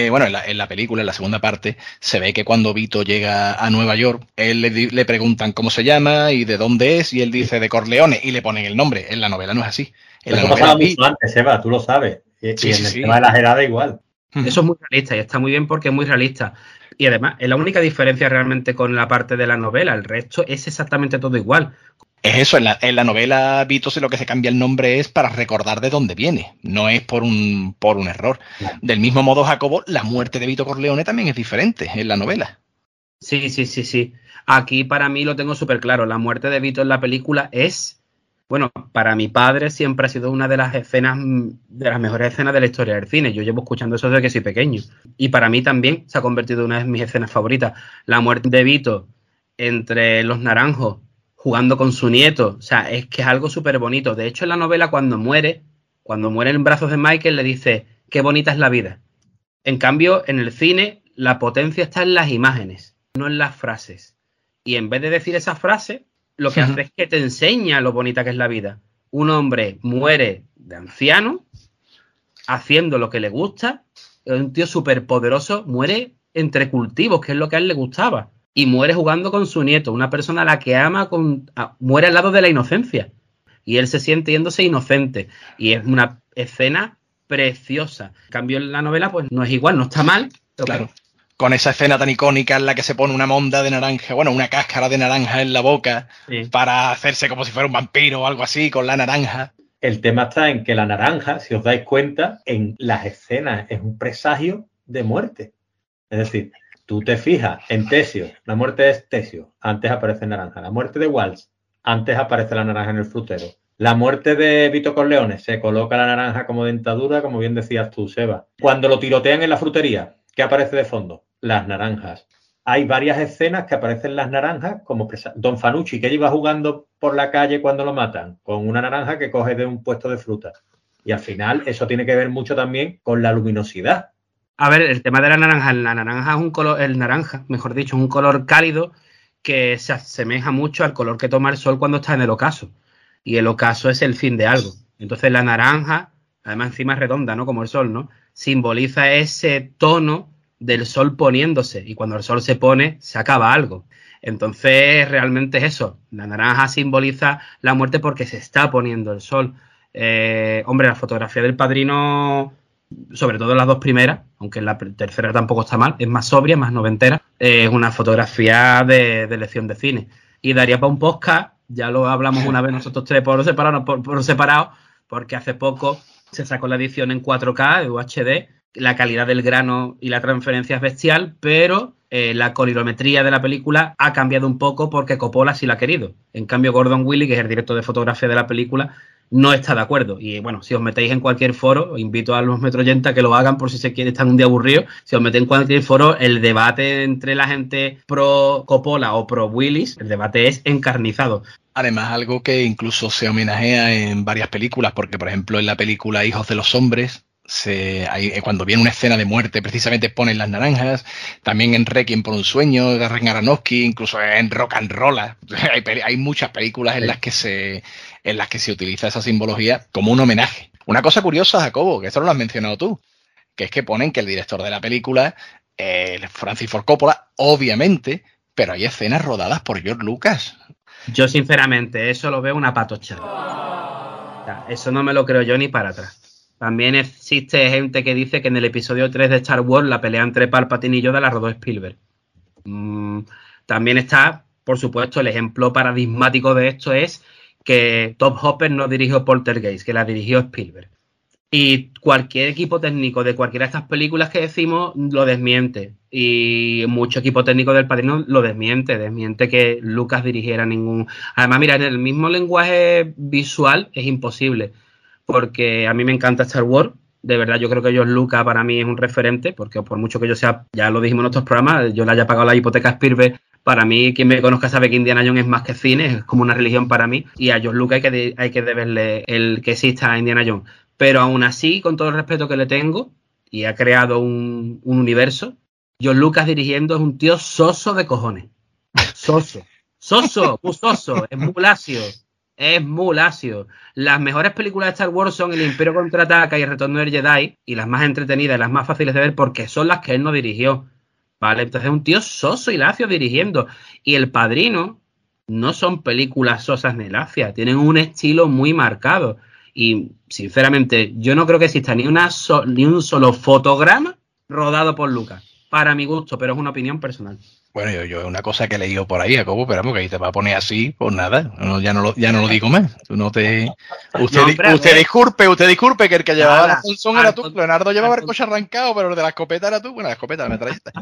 [SPEAKER 1] en la película, en la segunda parte, se ve que cuando Vito llega a Nueva York, él le preguntan cómo se llama y de dónde es, y él dice de Corleone, y le ponen el nombre. En la novela no es así.
[SPEAKER 2] Eso pasaba mucho antes, Eva, tú lo sabes. Y en el tema de las edades igual.
[SPEAKER 3] Eso es muy realista y está muy bien porque es muy realista. Y además, es la única diferencia realmente con la parte de la novela. El resto es exactamente todo igual.
[SPEAKER 1] Es eso, en la novela Vito lo que se cambia el nombre es para recordar de dónde viene, no es por un error. Claro. Del mismo modo, Jacobo, la muerte de Vito Corleone también es diferente en la novela.
[SPEAKER 3] Sí. Aquí para mí lo tengo súper claro. La muerte de Vito en la película es... Bueno, para mi padre siempre ha sido una de las escenas, de las mejores escenas de la historia del cine. Yo llevo escuchando eso desde que soy pequeño. Y para mí también se ha convertido en una de mis escenas favoritas. La muerte de Vito entre los naranjos, jugando con su nieto. O sea, es que es algo súper bonito. De hecho, en la novela, cuando muere en brazos de Michael, le dice, qué bonita es la vida. En cambio, en el cine, la potencia está en las imágenes, no en las frases. Y en vez de decir esa frase, lo que hace es que te enseña lo bonita que es la vida. Un hombre muere de anciano, haciendo lo que le gusta. Un tío súper poderoso muere entre cultivos, que es lo que a él le gustaba. Y muere jugando con su nieto, una persona a la que ama, muere al lado de la inocencia. Y él se siente yéndose inocente. Y es una escena preciosa. En cambio, en la novela, pues no es igual, no está mal.
[SPEAKER 1] Claro. Con esa escena tan icónica en la que se pone una monda de naranja, bueno, una cáscara de naranja en la boca para hacerse como si fuera un vampiro o algo así con la naranja.
[SPEAKER 2] El tema está en que la naranja, si os dais cuenta, en las escenas es un presagio de muerte. Es decir, tú te fijas en Tesio, la muerte de Tesio, antes aparece naranja. La muerte de Walsh, antes aparece la naranja en el frutero. La muerte de Vito Corleone, se coloca la naranja como dentadura, como bien decías tú, Seba. Cuando lo tirotean en la frutería, ¿qué aparece de fondo? Las naranjas. Hay varias escenas que aparecen las naranjas, como Don Fanucci, que iba jugando por la calle cuando lo matan, con una naranja que coge de un puesto de fruta. Y al final eso tiene que ver mucho también con la luminosidad.
[SPEAKER 3] A ver, el tema de la naranja es un color, el naranja, mejor dicho, es un color cálido que se asemeja mucho al color que toma el sol cuando está en el ocaso. Y el ocaso es el fin de algo. Entonces la naranja, además encima es redonda, ¿no? Como el sol, ¿no? Simboliza ese tono del sol poniéndose, y cuando el sol se pone se acaba algo. Entonces realmente es eso, la naranja simboliza la muerte porque se está poniendo el sol. Hombre, la fotografía del Padrino, sobre todo en las dos primeras, aunque en la tercera tampoco está mal, es más sobria, más noventera, es una fotografía de lección de cine, y daría para un podcast. Ya lo hablamos una vez nosotros tres por separado, porque hace poco se sacó la edición en 4K de UHD. La calidad del grano y la transferencia es bestial, pero la colorimetría de la película ha cambiado un poco porque Coppola sí la ha querido. En cambio, Gordon Willis, que es el director de fotografía de la película, no está de acuerdo. Y bueno, si os metéis en cualquier foro, os invito a los metroyentes a que lo hagan por si se quiere estar un día aburrido. Si os metéis en cualquier foro, el debate entre la gente pro Coppola o pro Willis, el debate es encarnizado.
[SPEAKER 1] Además, algo que incluso se homenajea en varias películas, porque por ejemplo en la película Hijos de los Hombres, cuando viene una escena de muerte precisamente ponen las naranjas. También en Requiem por un sueño de Darren Aronofsky, incluso en Rock and Roll hay muchas películas en las que se utiliza esa simbología como un homenaje. Una cosa curiosa, Jacobo, que esto no lo has mencionado tú, que es que ponen que el director de la película Francis Ford Coppola, obviamente, pero hay escenas rodadas por George Lucas.
[SPEAKER 3] Yo sinceramente eso lo veo una patochada. O sea, eso no me lo creo yo ni para atrás. También existe gente que dice que en el episodio 3 de Star Wars la pelea entre Palpatine y Yoda la rodó Spielberg. También está, por supuesto, el ejemplo paradigmático de esto es que Top Hopper no dirigió Poltergeist, que la dirigió Spielberg. Y cualquier equipo técnico de cualquiera de estas películas que decimos lo desmiente. Y mucho equipo técnico del Padrino lo desmiente que Lucas dirigiera ningún... Además, mira, en el mismo lenguaje visual es imposible. Porque a mí me encanta Star Wars, de verdad yo creo que George Lucas para mí es un referente, porque por mucho que yo sea, ya lo dijimos en otros programas, yo le haya pagado la hipoteca a Spielberg, para mí quien me conozca sabe que Indiana Jones es más que cine, es como una religión para mí, y a George Lucas hay que deberle el que exista a Indiana Jones, pero aún así, con todo el respeto que le tengo, y ha creado un universo, George Lucas dirigiendo es un tío soso de cojones, soso, muy soso, es muy lacio. Es muy lacio. Las mejores películas de Star Wars son El Imperio Contraataca y El Retorno del Jedi, y las más entretenidas y las más fáciles de ver porque son las que él no dirigió. ¿Vale? Entonces es un tío soso y lacio dirigiendo. Y El Padrino no son películas sosas ni lacias, tienen un estilo muy marcado. Y sinceramente, yo no creo que exista ni un solo fotograma rodado por Lucas. Para mi gusto, pero es una opinión personal.
[SPEAKER 1] Bueno, yo una cosa que he leído por ahí, Jacobo, pero vamos, que ahí te va a poner así, pues nada, ya no lo digo más. Tú no te... Usted disculpe que el que llevaba la Sansón era tú. Leonardo llevaba el coche arrancado, pero el de la escopeta era tú. Bueno, la escopeta, la metralleta.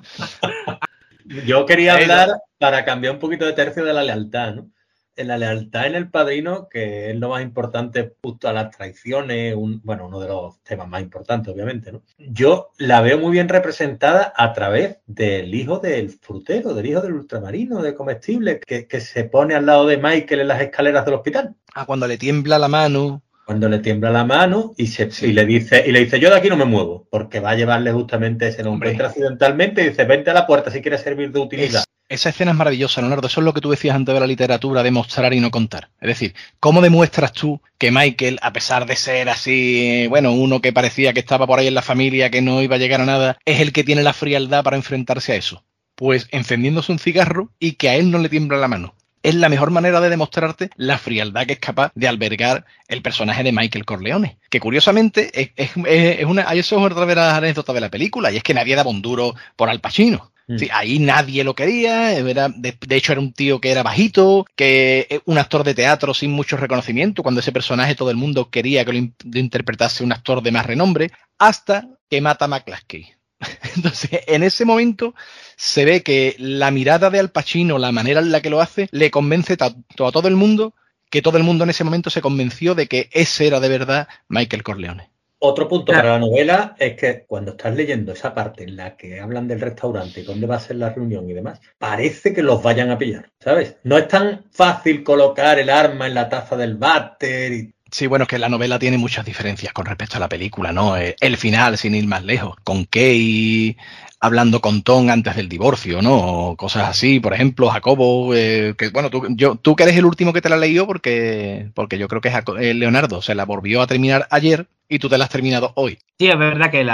[SPEAKER 2] Yo quería hablar, para cambiar un poquito de tercio, de la lealtad, ¿no? En la lealtad en El Padrino, que es lo más importante justo a las traiciones, uno de los temas más importantes, obviamente, ¿no? Yo la veo muy bien representada a través del hijo del frutero, del hijo del ultramarino, de comestible, que se pone al lado de Michael en las escaleras del hospital.
[SPEAKER 1] Cuando le tiembla la mano.
[SPEAKER 2] Cuando le tiembla la mano y le dice, yo de aquí no me muevo, porque va a llevarle justamente, se lo encuentra accidentalmente y dice, vente a la puerta si quieres servir de utilidad.
[SPEAKER 1] Esa escena es maravillosa, Leonardo. Eso es lo que tú decías antes de la literatura, de mostrar y no contar. Es decir, ¿cómo demuestras tú que Michael, a pesar de ser así, bueno, uno que parecía que estaba por ahí en la familia, que no iba a llegar a nada, es el que tiene la frialdad para enfrentarse a eso? Pues encendiéndose un cigarro y que a él no le tiembla la mano. es la mejor manera de demostrarte la frialdad que es capaz de albergar el personaje de Michael Corleone. Que curiosamente eso es otra de las anécdotas de la película, y es que nadie daba un duro por Al Pacino. Sí, ahí nadie lo quería, de hecho era un tío que era bajito, que un actor de teatro sin mucho reconocimiento, cuando ese personaje todo el mundo quería que lo interpretase un actor de más renombre, hasta que mata a McCluskey. Entonces, en ese momento se ve que la mirada de Al Pacino, la manera en la que lo hace, le convence a todo el mundo, que todo el mundo en ese momento se convenció de que ese era de verdad Michael Corleone.
[SPEAKER 2] Otro punto para la novela es que cuando estás leyendo esa parte en la que hablan del restaurante y dónde va a ser la reunión y demás, parece que los vayan a pillar, ¿sabes? No es tan fácil colocar el arma en la taza del váter y...
[SPEAKER 1] Sí, bueno, es que la novela tiene muchas diferencias con respecto a la película, ¿no? El final, sin ir más lejos, con Kay hablando con Tom antes del divorcio, ¿no? O cosas así, por ejemplo, Jacobo, que bueno, tú que eres el último que te la leyó porque yo creo que Leonardo se la volvió a terminar ayer y tú te la has terminado hoy.
[SPEAKER 3] Sí, es verdad que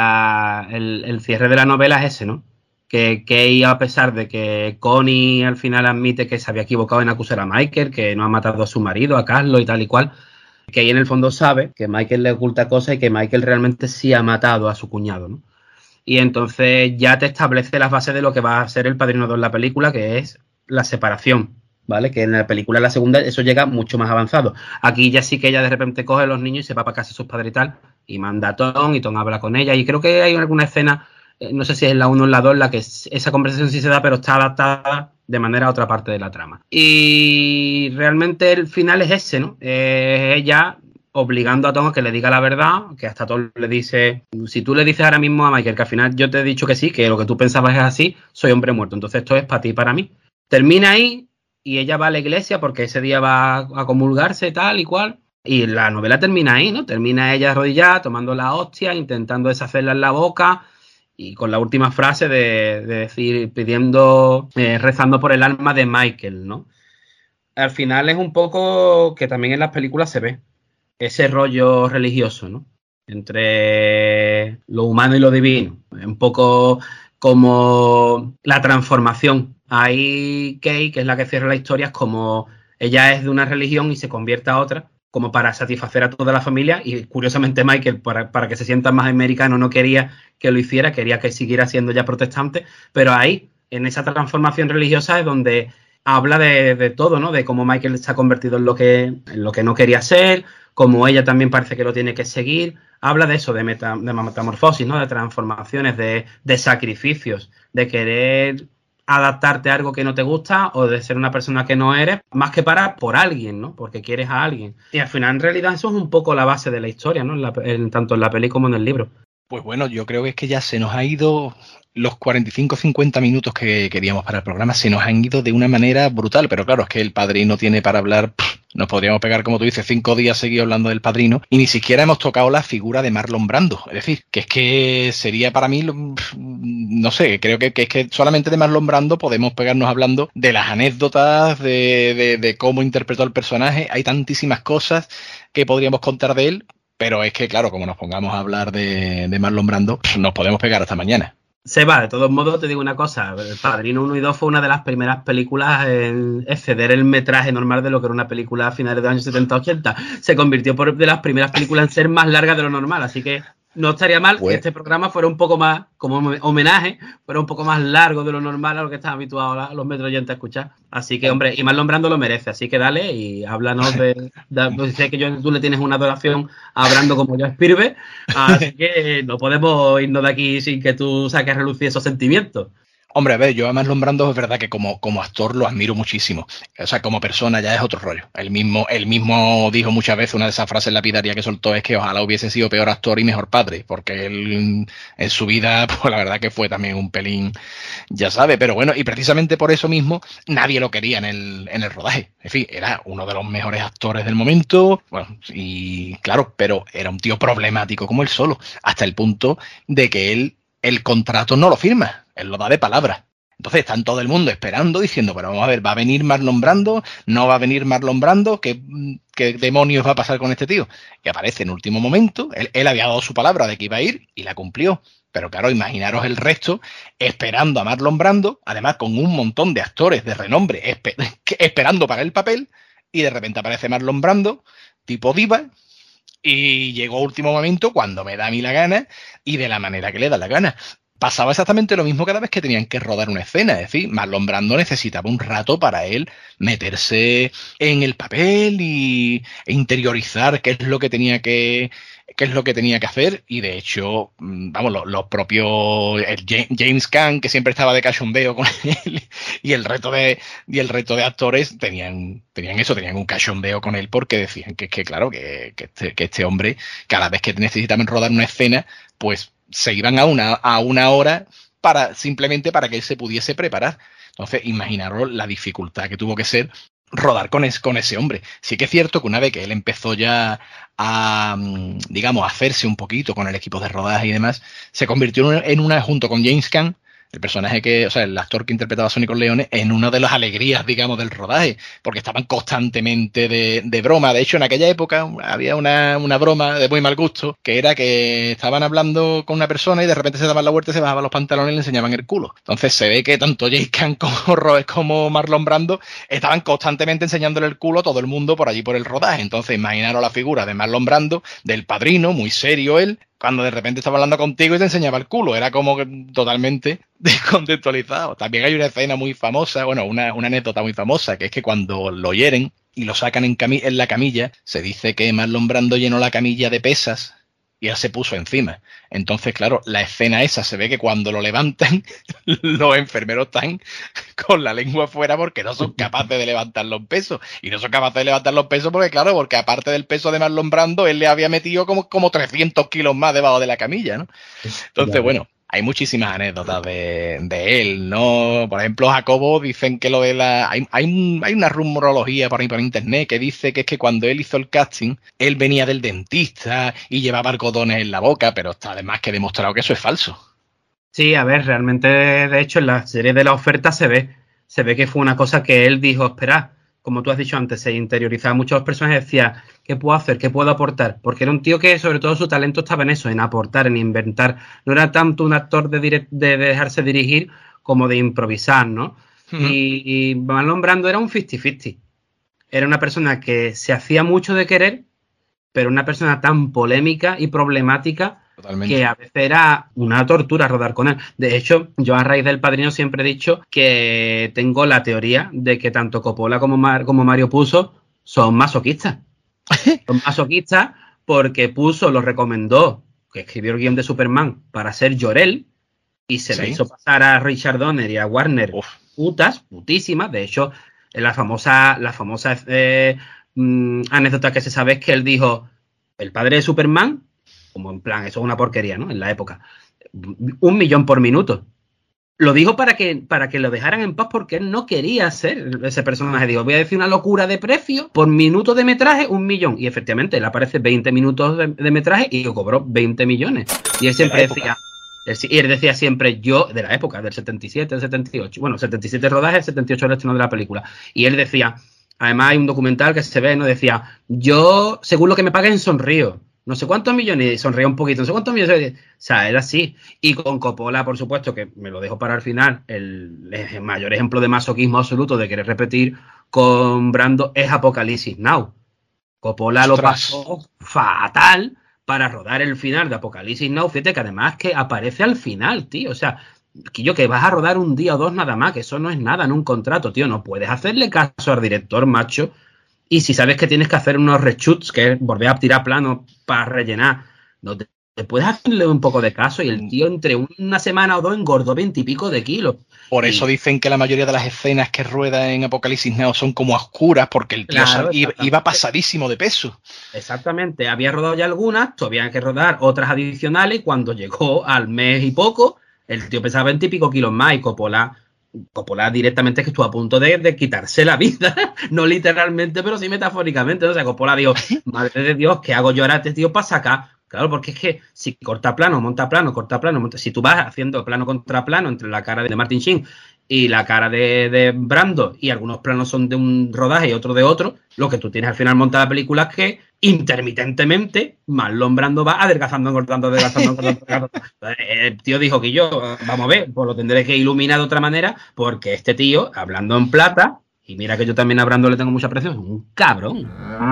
[SPEAKER 3] el cierre de la novela es ese, ¿no? Que Kay, a pesar de que Connie al final admite que se había equivocado en acusar a Michael, que no ha matado a su marido, a Carlos y tal y cual, que ella en el fondo sabe que Michael le oculta cosas y que Michael realmente sí ha matado a su cuñado, ¿no? Y entonces ya te establece las bases de lo que va a ser El Padrino 2 en la película, que es la separación, ¿vale? Que en la película, la segunda, eso llega mucho más avanzado. Aquí ya sí que ella de repente coge a los niños y se va para casa de sus padres y tal, y manda a Tom, y Tom habla con ella, y creo que hay alguna escena, no sé si es en la 1 o en la 2, en la que esa conversación sí se da, pero está adaptada de manera a otra parte de la trama. Y realmente el final es ese, ¿no? Ella obligando a Tom a que le diga la verdad, que hasta Tom le dice, si tú le dices ahora mismo a Michael que al final yo te he dicho que sí, que lo que tú pensabas es así, soy hombre muerto, entonces esto es para ti y para mí. Termina ahí y ella va a la iglesia porque ese día va a comulgarse tal y cual, y la novela termina ahí, ¿no? Termina ella arrodillada, tomando la hostia, intentando deshacerla en la boca, y con la última frase de decir, pidiendo, rezando por el alma de Michael, ¿no? Al final es un poco que también en las películas se ve ese rollo religioso, ¿no? Entre lo humano y lo divino. Un poco como la transformación. Ahí Kay, que es la que cierra la historia, es como ella es de una religión y se convierte a otra, como para satisfacer a toda la familia, y curiosamente Michael, para que se sienta más americano, no quería que lo hiciera, quería que siguiera siendo ya protestante, pero ahí, en esa transformación religiosa es donde habla de todo, ¿no? De cómo Michael se ha convertido en lo que no quería ser, como ella también parece que lo tiene que seguir. Habla de eso, de metamorfosis, ¿no? De transformaciones, de sacrificios, de querer adaptarte a algo que no te gusta o de ser una persona que no eres, más que por alguien, ¿no? Porque quieres a alguien. Y al final, en realidad, eso es un poco la base de la historia, ¿no? Tanto en la peli como en el libro.
[SPEAKER 1] Pues bueno, yo creo que es que ya se nos ha ido los 45-50 minutos que queríamos para el programa, se nos han ido de una manera brutal, pero claro, es que El Padrino tiene para hablar, nos podríamos pegar, como tú dices, 5 días seguidos hablando del Padrino, y ni siquiera hemos tocado la figura de Marlon Brando, es decir, que es que sería para mí, no sé, creo que es que solamente de Marlon Brando podemos pegarnos hablando de las anécdotas, de cómo interpretó el personaje, hay tantísimas cosas que podríamos contar de él, pero es que, claro, como nos pongamos a hablar de Marlon Brando, nos podemos pegar hasta mañana.
[SPEAKER 3] Seba, de todos modos, te digo una cosa. El Padrino 1 y 2 fue una de las primeras películas en exceder el metraje normal de lo que era una película a finales de los años 70-80. Se convirtió de las primeras películas en ser más larga de lo normal. Así que no estaría mal que este programa fuera un poco más, como homenaje, fuera un poco más largo de lo normal a lo que están habituados los metroyentes a escuchar. Así que, hombre, y Marlon Brando lo merece. Así que dale y háblanos pues sé que tú le tienes una adoración a Brando como yo a Spielberg. Así que no podemos irnos de aquí sin que tú saques a relucir esos sentimientos.
[SPEAKER 1] Hombre, a ver, yo a Marlon Brando es verdad que como actor lo admiro muchísimo. O sea, como persona ya es otro rollo. Él mismo dijo muchas veces, una de esas frases lapidarias que soltó es que ojalá hubiese sido peor actor y mejor padre, porque él en su vida, pues la verdad que fue también un pelín, ya sabe. Pero bueno, y precisamente por eso mismo nadie lo quería en el rodaje. En fin, era uno de los mejores actores del momento, bueno, y claro, pero era un tío problemático como él solo, hasta el punto de que él el contrato no lo firma, él lo da de palabra. Entonces están todo el mundo esperando, diciendo, pero vamos a ver, ¿va a venir Marlon Brando? ¿No va a venir Marlon Brando? ¿Qué demonios va a pasar con este tío? Y aparece en último momento, él había dado su palabra de que iba a ir y la cumplió. Pero claro, imaginaros el resto esperando a Marlon Brando, además con un montón de actores de renombre esperando para el papel, y de repente aparece Marlon Brando, tipo diva, y llegó a último momento cuando me da a mí la gana y de la manera que le da la gana. Pasaba exactamente lo mismo cada vez que tenían que rodar una escena. Es decir, Marlon Brando necesitaba un rato para él meterse en el papel e interiorizar qué es lo que tenía que hacer. Y de hecho, vamos, los propios James Caan, que siempre estaba de cachondeo con él, y el resto de actores tenían un cachondeo con él, porque decían que este hombre, cada vez que necesitaban rodar una escena, pues se iban a una hora simplemente para que él se pudiese preparar. Entonces, imaginaros la dificultad que tuvo que ser rodar con ese hombre. Sí que es cierto que una vez que él empezó ya a, digamos, a hacerse un poquito con el equipo de rodaje y demás, se convirtió junto con James Caan, el actor que interpretaba a Sonny Corleone, en una de las alegrías, digamos, del rodaje, porque estaban constantemente de broma. De hecho, en aquella época había una broma de muy mal gusto, que era que estaban hablando con una persona y de repente se daban la vuelta, se bajaban los pantalones y le enseñaban el culo. Entonces se ve que tanto James Caan como Marlon Brando estaban constantemente enseñándole el culo a todo el mundo por allí por el rodaje. Entonces imaginaros la figura de Marlon Brando, del Padrino, muy serio él, cuando de repente estaba hablando contigo y te enseñaba el culo. Era como que totalmente descontextualizado. También hay una escena muy famosa, bueno, una anécdota muy famosa, que es que cuando lo hieren y lo sacan en la camilla, se dice que Marlon Brando llenó la camilla de pesas y él se puso encima. Entonces, claro, la escena esa se ve que cuando lo levantan, los enfermeros están con la lengua fuera porque no son capaces de levantar los pesos. Y no son capaces de levantar los pesos porque aparte del peso de Marlon Brando, él le había metido como 300 kilos más debajo de la camilla, ¿no? Entonces, bueno, hay muchísimas anécdotas de él, ¿no? Por ejemplo, Jacobo dicen que hay una rumorología por ahí por internet que dice que es que cuando él hizo el casting, él venía del dentista y llevaba algodones en la boca, pero está además que demostrado que eso es falso.
[SPEAKER 3] Sí, a ver, realmente, de hecho, en la serie de la oferta se ve que fue una cosa que él dijo, espera, como tú has dicho antes, se interiorizaba muchos personajes y decía, ¿qué puedo hacer? ¿Qué puedo aportar? Porque era un tío que sobre todo su talento estaba en eso, en aportar, en inventar. No era tanto un actor de dejarse dirigir como de improvisar, ¿no? Uh-huh. Y Marlon Brando era un 50-50. Era una persona que se hacía mucho de querer, pero una persona tan polémica y problemática. Totalmente. Que a veces era una tortura rodar con él. De hecho, yo a raíz del Padrino siempre he dicho que tengo la teoría de que tanto Coppola como Mario Puzo son masoquistas. Son masoquistas porque Puzo lo recomendó, que escribió el guión de Superman, para ser Jor-El, y se le hizo pasar a Richard Donner y a Warner putísimas. De hecho, la famosa anécdota que se sabe es que él dijo, el padre de Superman, como en plan, eso es una porquería, ¿no? En la época. 1 millón por minuto. Lo dijo para que lo dejaran en paz porque él no quería ser ese personaje. Digo, voy a decir una locura de precio, por minuto de metraje, 1 millón. Y efectivamente, él aparece 20 minutos de metraje y cobró 20 millones. Y él siempre decía siempre, yo, de la época, del 77, del 78. Bueno, 77 rodaje, el 78 el estreno de la película. Y él decía, además hay un documental que se ve, ¿no? Decía, yo, según lo que me paguen, sonrío. No sé cuántos millones, y sonreía un poquito, no sé cuántos millones, o sea, era así. Y con Coppola, por supuesto, que me lo dejo para el final, el mayor ejemplo de masoquismo absoluto de querer repetir con Brando es Apocalipsis Now. Coppola lo pasó fatal para rodar el final de Apocalipsis Now. Fíjate que además que aparece al final, tío, o sea, que vas a rodar 1 día o 2 nada más, que eso no es nada en un contrato, tío, no puedes hacerle caso al director, macho. Y si sabes que tienes que hacer unos reshoots, que es volver a tirar planos para rellenar, no te puedes hacerle un poco de caso. Y el tío entre una semana o 2 engordó 20 y pico de kilos.
[SPEAKER 1] Por eso dicen que la mayoría de las escenas que rueda en Apocalipsis Now son como oscuras, porque el tío iba pasadísimo de peso.
[SPEAKER 3] Exactamente. Había rodado ya algunas, todavía hay que rodar otras adicionales. Y cuando llegó al mes y poco, el tío pesaba 20 y pico kilos más. Y Coppola directamente es que estuvo a punto de quitarse la vida, no literalmente, pero sí metafóricamente. O sea, Coppola dijo, madre de Dios, ¿qué hago yo ahora a este tío para sacar? Claro, porque es que si corta plano, monta plano, si tú vas haciendo plano contra plano entre la cara de Martin Sheen y la cara de Brando, y algunos planos son de un rodaje y otro de otro, lo que tú tienes al final montada la película es que intermitentemente, Marlon Brando va adelgazando, engordando. El tío dijo que yo, vamos a ver, pues lo tendré que iluminar de otra manera, porque este tío, hablando en plata, y mira que yo también a Brando le tengo mucha aprecio, es un cabrón.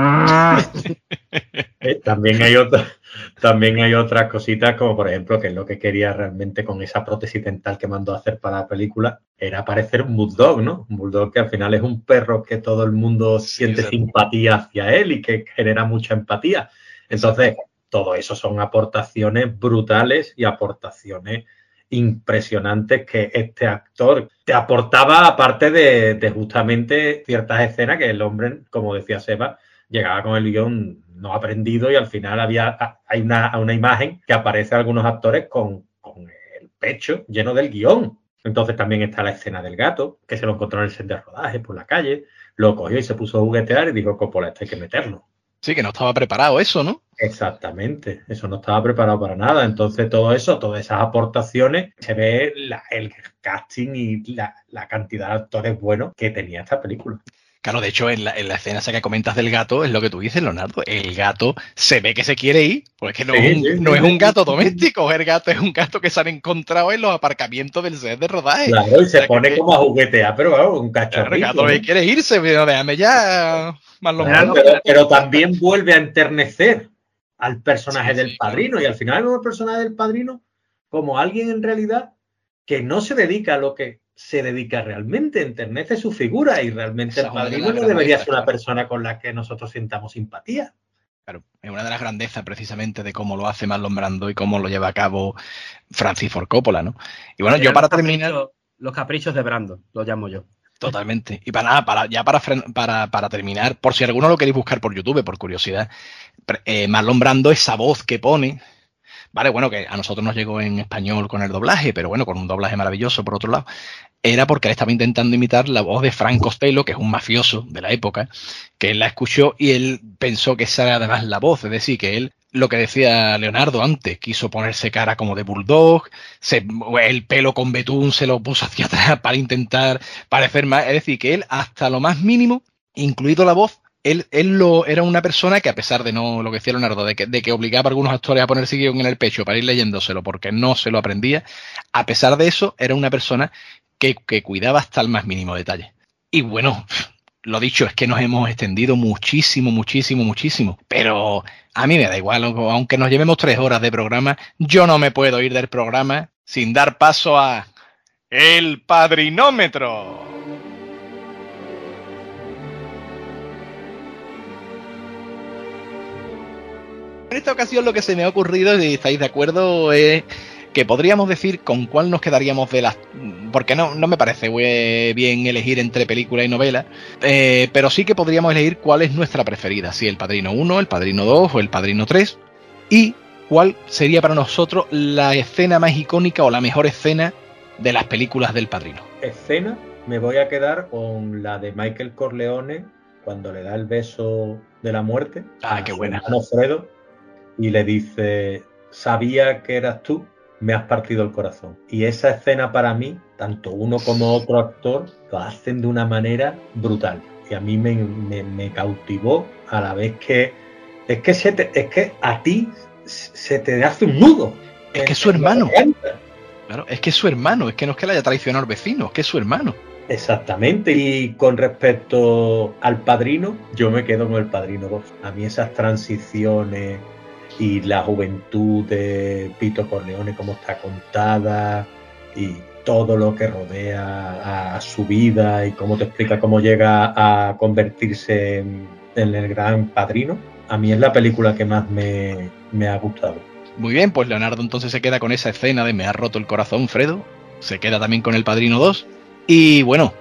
[SPEAKER 2] También hay otras cositas, como por ejemplo, que es lo que quería realmente con esa prótesis dental que mandó a hacer para la película, era parecer un bulldog, ¿no? Un bulldog que al final es un perro que todo el mundo siente simpatía hacia él y que genera mucha empatía. Entonces, todo eso son aportaciones brutales y aportaciones impresionantes que este actor te aportaba, aparte de justamente ciertas escenas que el hombre, como decía Seba, llegaba con el guión no aprendido y al final hay una imagen que aparece a algunos actores con el pecho lleno del guión. Entonces también está la escena del gato, que se lo encontró en el set de rodaje por la calle, lo cogió y se puso a juguetear y dijo, Coppola, esto hay que meterlo.
[SPEAKER 1] Sí, que no estaba preparado eso, ¿no?
[SPEAKER 2] Exactamente, eso no estaba preparado para nada. Entonces todo eso, todas esas aportaciones, se ve el casting y la cantidad de actores buenos que tenía esta película.
[SPEAKER 1] Claro, de hecho, en la escena esa que comentas del gato, es lo que tú dices, Leonardo. El gato se ve que se quiere ir, porque no es un gato doméstico, el gato es un gato que se han encontrado en los aparcamientos del set de rodaje.
[SPEAKER 2] Claro, y se pone como a juguetear, pero claro, un cachorrito.
[SPEAKER 1] Claro, el gato ¿no? Quiere irse, pero déjame ya más lo
[SPEAKER 2] claro, pero también vuelve a enternecer al personaje del Padrino, y al final vemos el personaje del Padrino como alguien en realidad que no se dedica a lo que se dedica realmente, enternece su figura, y realmente el Padrino no debería ser una persona con la que nosotros sintamos simpatía.
[SPEAKER 1] Claro, es una de las grandezas precisamente de cómo lo hace Marlon Brando y cómo lo lleva a cabo Francis Ford Coppola, ¿no? Y bueno, yo para terminar...
[SPEAKER 3] Los caprichos de Brando, lo llamo yo.
[SPEAKER 1] Totalmente. Y para terminar, por si alguno lo queréis buscar por YouTube, por curiosidad, Marlon Brando, esa voz que pone... Vale, bueno, que a nosotros nos llegó en español con el doblaje, pero bueno, con un doblaje maravilloso por otro lado, era porque él estaba intentando imitar la voz de Frank Costello, que es un mafioso de la época, que él la escuchó y él pensó que esa era además la voz, es decir, que él, lo que decía Leonardo antes, quiso ponerse cara como de bulldog, el pelo con betún se lo puso hacia atrás para intentar parecer más, es decir, que él hasta lo más mínimo, incluido la voz, Él era una persona que, a pesar de no lo que decía Leonardo, de que obligaba a algunos actores a ponerse guión en el pecho para ir leyéndoselo porque no se lo aprendía, a pesar de eso, era una persona que cuidaba hasta el más mínimo detalle. Y bueno, lo dicho, es que nos hemos extendido muchísimo, pero a mí me da igual, aunque nos llevemos 3 horas de programa, yo no me puedo ir del programa sin dar paso a El Padrinómetro. En esta ocasión lo que se me ha ocurrido, si estáis de acuerdo, es que podríamos decir con cuál nos quedaríamos de las... Porque no me parece bien elegir entre película y novela, pero sí que podríamos elegir cuál es nuestra preferida, si El Padrino 1, El Padrino 2 o El Padrino 3, y cuál sería para nosotros la escena más icónica o la mejor escena de las películas del Padrino.
[SPEAKER 2] Escena, me voy a quedar con la de Michael Corleone cuando le da el beso de la muerte.
[SPEAKER 1] Qué buena.
[SPEAKER 2] Fredo, y le dice, sabía que eras tú, me has partido el corazón. Y esa escena para mí, tanto uno como otro actor, lo hacen de una manera brutal. Y a mí me cautivó a la vez que... Es que a ti se te hace un nudo.
[SPEAKER 1] Es que es su hermano. Claro, es que es su hermano. Es que no es que le haya traicionado al vecino, es que es su hermano.
[SPEAKER 2] Exactamente. Y con respecto al Padrino, yo me quedo con El Padrino 2. A mí esas transiciones y la juventud de Vito Corleone, cómo está contada, y todo lo que rodea a su vida, y cómo te explica cómo llega a convertirse en el gran padrino, a mí es la película que más me ha gustado. Muy
[SPEAKER 1] bien, pues Leonardo entonces se queda con esa escena de me ha roto el corazón, Fredo. Se queda también con El Padrino 2. Y bueno,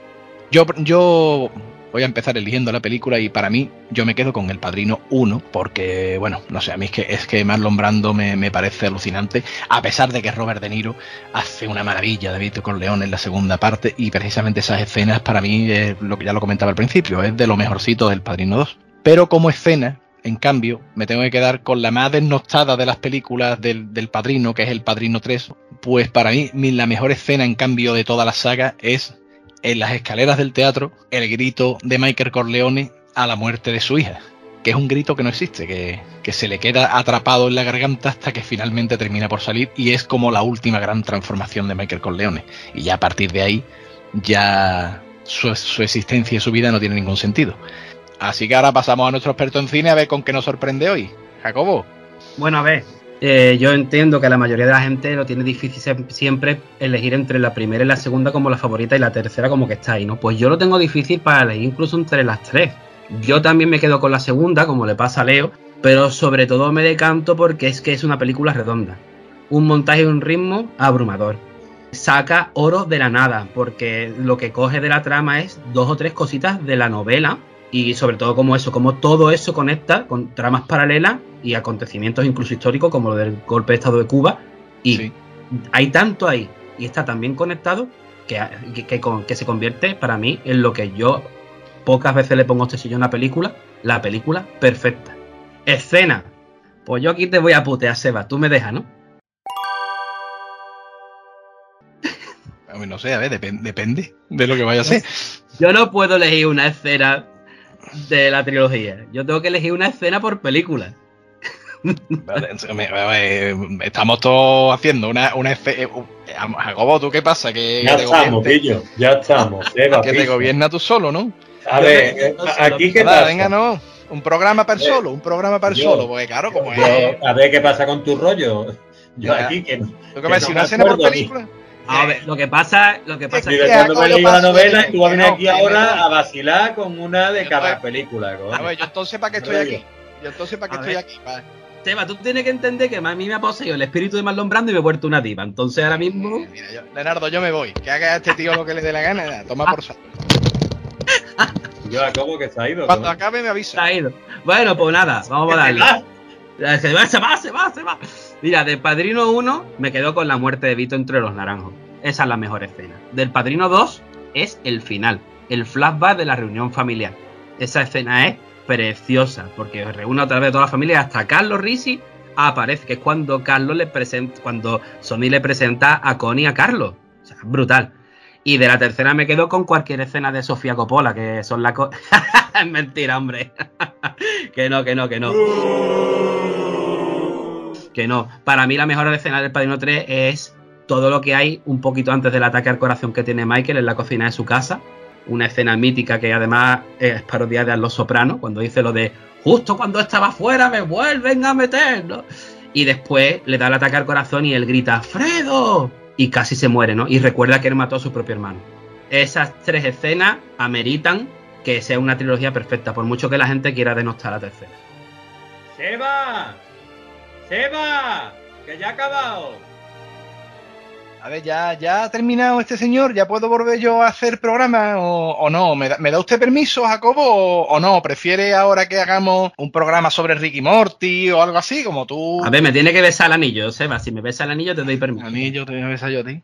[SPEAKER 1] yo voy a empezar eligiendo la película, y para mí yo me quedo con El Padrino 1 porque, bueno, no sé, a mí es que Marlon Brando me parece alucinante, a pesar de que Robert De Niro hace una maravilla de Vito Corleone en la segunda parte, y precisamente esas escenas para mí, lo que ya lo comentaba al principio, es de lo mejorcito del Padrino 2. Pero como escena, en cambio, me tengo que quedar con la más desnostada de las películas del Padrino, que es El Padrino 3. Pues para mí la mejor escena, en cambio, de toda la saga es en las escaleras del teatro, el grito de Michael Corleone a la muerte de su hija. es un grito que no existe, que se le queda atrapado en la garganta hasta que finalmente termina por salir, y es como la última gran transformación de Michael Corleone. Y ya a partir de ahí, ya su existencia y su vida no tiene ningún sentido. Así que ahora pasamos a nuestro experto en cine a ver con qué nos sorprende hoy. Jacobo.
[SPEAKER 3] Bueno, a ver, yo entiendo que la mayoría de la gente lo tiene difícil siempre elegir entre la primera y la segunda como la favorita y la tercera como que está ahí, ¿no? Pues yo lo tengo difícil para elegir incluso entre las tres. Yo también me quedo con la segunda, como le pasa a Leo, pero sobre todo me decanto porque es que es una película redonda. Un montaje y un ritmo abrumador. Saca oro de la nada, porque lo que coge de la trama es 2 o 3 cositas de la novela, y sobre todo como todo eso conecta con tramas paralelas y acontecimientos incluso históricos, como lo del golpe de Estado de Cuba, y sí, hay tanto ahí, y está tan bien conectado, que se convierte para mí en lo que yo pocas veces le pongo este sello a una película, la película perfecta. Escena, pues yo aquí te voy a putear, Seba, tú me dejas, ¿no?
[SPEAKER 1] No sé, a ver, depende de lo que vaya a ser.
[SPEAKER 3] Yo no puedo elegir una escena de la trilogía, yo tengo que elegir una escena por película.
[SPEAKER 1] Vale, estamos todos haciendo una Jacobo, ¿tú qué pasa? Que
[SPEAKER 2] ya estamos, Pillo, ya estamos.
[SPEAKER 1] Que te gobierna tú solo, ¿no?
[SPEAKER 2] A ver, aquí qué pasa.
[SPEAKER 1] Venga, no, un programa para el solo, porque claro, como es...
[SPEAKER 2] A ver qué pasa con tu rollo. Yo aquí que
[SPEAKER 1] ¿tú qué me decís? ¿Una escena por película?
[SPEAKER 3] A ver, lo que pasa es
[SPEAKER 2] que cuando me leí la novela y tú vas a venir aquí ahora a vacilar con una de cada película.
[SPEAKER 1] A ver, yo entonces ¿para qué estoy aquí?
[SPEAKER 3] Seba, tú tienes que entender que a mí me ha poseído el espíritu de Marlon Brando y me he vuelto una diva. Entonces ahora mismo...
[SPEAKER 1] Mira, Leonardo, yo me voy. Que haga a este tío lo que le dé la gana. Toma por saco.
[SPEAKER 2] Yo ¿cómo que se ha ido?
[SPEAKER 1] Cuando acabe me avisa.
[SPEAKER 3] Se ha ido. Bueno, pues nada, vamos a darle. Se va. Mira, del Padrino 1 me quedo con la muerte de Vito entre los naranjos. Esa es la mejor escena. Del Padrino 2 es el final, el flashback de la reunión familiar. Esa escena es preciosa, porque reúne otra vez toda la familia, hasta Carlos Risi aparece, que es cuando cuando Sony le presenta a Connie a Carlos. O sea, brutal. Y de la tercera me quedo con cualquier escena de Sofía Coppola, que son las cosas... Es mentira, hombre. Que no. Que no. Para mí la mejor escena del Padrino 3 es todo lo que hay un poquito antes del ataque al corazón que tiene Michael en la cocina de su casa. Una escena mítica que además es parodiada en Los Sopranos, cuando dice lo de justo cuando estaba fuera me vuelven a meter, ¿no? Y después le da el ataque al corazón y él grita ¡Fredo! Y casi se muere, ¿no? Y recuerda que él mató a su propio hermano. Esas 3 escenas ameritan que sea una trilogía perfecta, por mucho que la gente quiera denostar la tercera.
[SPEAKER 2] ¡Seba! ¡Que ya ha acabado!
[SPEAKER 1] A ver, ya ha terminado este señor, ¿ya puedo volver yo a hacer programa o no? ¿Me da usted permiso, Jacobo, o no? ¿Prefiere ahora que hagamos un programa sobre Ricky Morty o algo así, como tú?
[SPEAKER 3] A ver, me tiene que besar el anillo, Seba. Si me besa el anillo, te doy permiso.
[SPEAKER 1] El anillo te voy a besar yo a ti.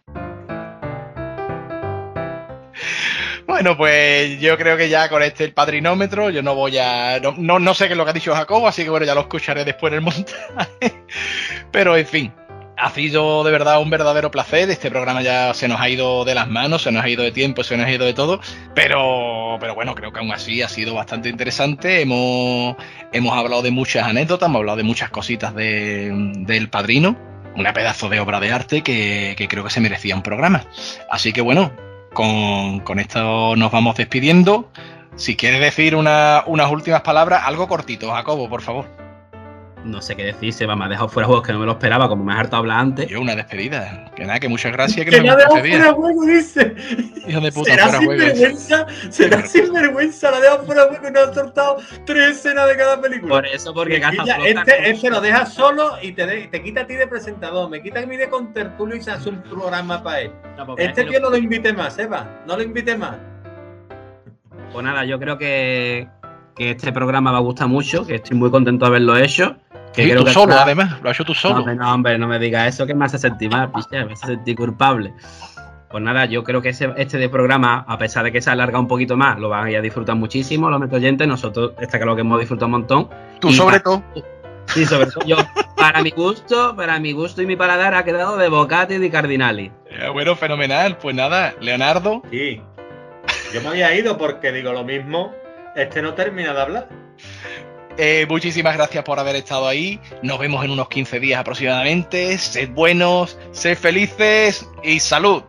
[SPEAKER 1] Bueno, pues yo creo que ya con el padrinómetro yo no voy a... No sé qué es lo que ha dicho Jacobo, así que bueno, ya lo escucharé después en el montaje. Pero en fin, ha sido de verdad un verdadero placer. Este programa ya se nos ha ido de las manos, se nos ha ido de tiempo, se nos ha ido de todo. Pero bueno, creo que aún así ha sido bastante interesante. Hemos hablado de muchas anécdotas, hemos hablado de muchas cositas del Padrino. Una pedazo de obra de arte que creo que se merecía un programa. Así que bueno, con esto nos vamos despidiendo. Si quieres decir unas últimas palabras, algo cortito, Jacobo, por favor.
[SPEAKER 3] No sé qué decir, Seba, me ha dejado fuera de juego, que no me lo esperaba, como me has hartado hablar antes.
[SPEAKER 1] Yo, una despedida. Que nada, que muchas gracias.
[SPEAKER 2] Que me ha dejado fuera de juego, dice.
[SPEAKER 1] Hijo de puta, fuera de juego.
[SPEAKER 2] Será sinvergüenza, la deja fuera de juego y nos ha soltado 3 escenas de cada película.
[SPEAKER 3] Por eso, porque
[SPEAKER 2] este lo deja solo y te quita a ti de presentador, me quita a mí de contertulio y se hace un programa para él. No, este tío no lo invite más, Seba, no lo invite más.
[SPEAKER 3] Pues nada, yo creo que este programa me gusta mucho, que estoy muy contento de haberlo hecho.
[SPEAKER 1] Que creo tú que solo, además, lo has hecho tú solo.
[SPEAKER 3] No, hombre, no me digas eso, que me hace sentir mal, picha, me hace sentir culpable. Pues nada, yo creo que este programa, a pesar de que se alarga un poquito más, lo van a disfrutar muchísimo los oyentes. Nosotros, está claro que hemos disfrutado un montón.
[SPEAKER 1] Tú sobre todo.
[SPEAKER 3] Sí, sobre todo yo. Para mi gusto y mi paladar ha quedado de Bocati y de Cardinali.
[SPEAKER 1] Bueno, fenomenal. Pues nada, Leonardo.
[SPEAKER 2] Sí. Yo me había ido porque digo lo mismo, no termina de hablar.
[SPEAKER 1] Muchísimas gracias por haber estado ahí. Nos vemos en unos 15 días aproximadamente. Sed buenos, sed felices y salud.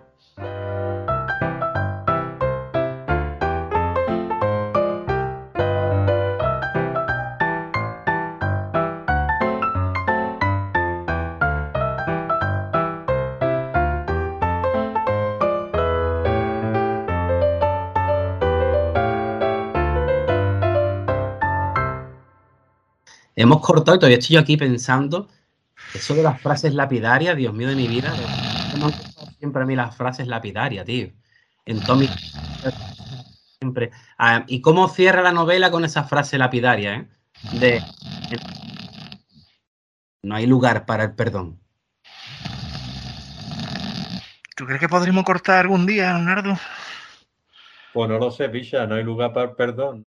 [SPEAKER 3] Hemos cortado y todavía estoy yo aquí pensando. Eso de las frases lapidarias, Dios mío de mi vida. Me han gustado siempre a mí las frases lapidarias, tío. En Tommy siempre. ¿Y cómo cierra la novela con esa frase lapidaria, De no hay lugar para el perdón.
[SPEAKER 1] ¿Tú crees que podremos cortar algún día, Leonardo?
[SPEAKER 2] Pues no lo sé, picha, no hay lugar para el perdón.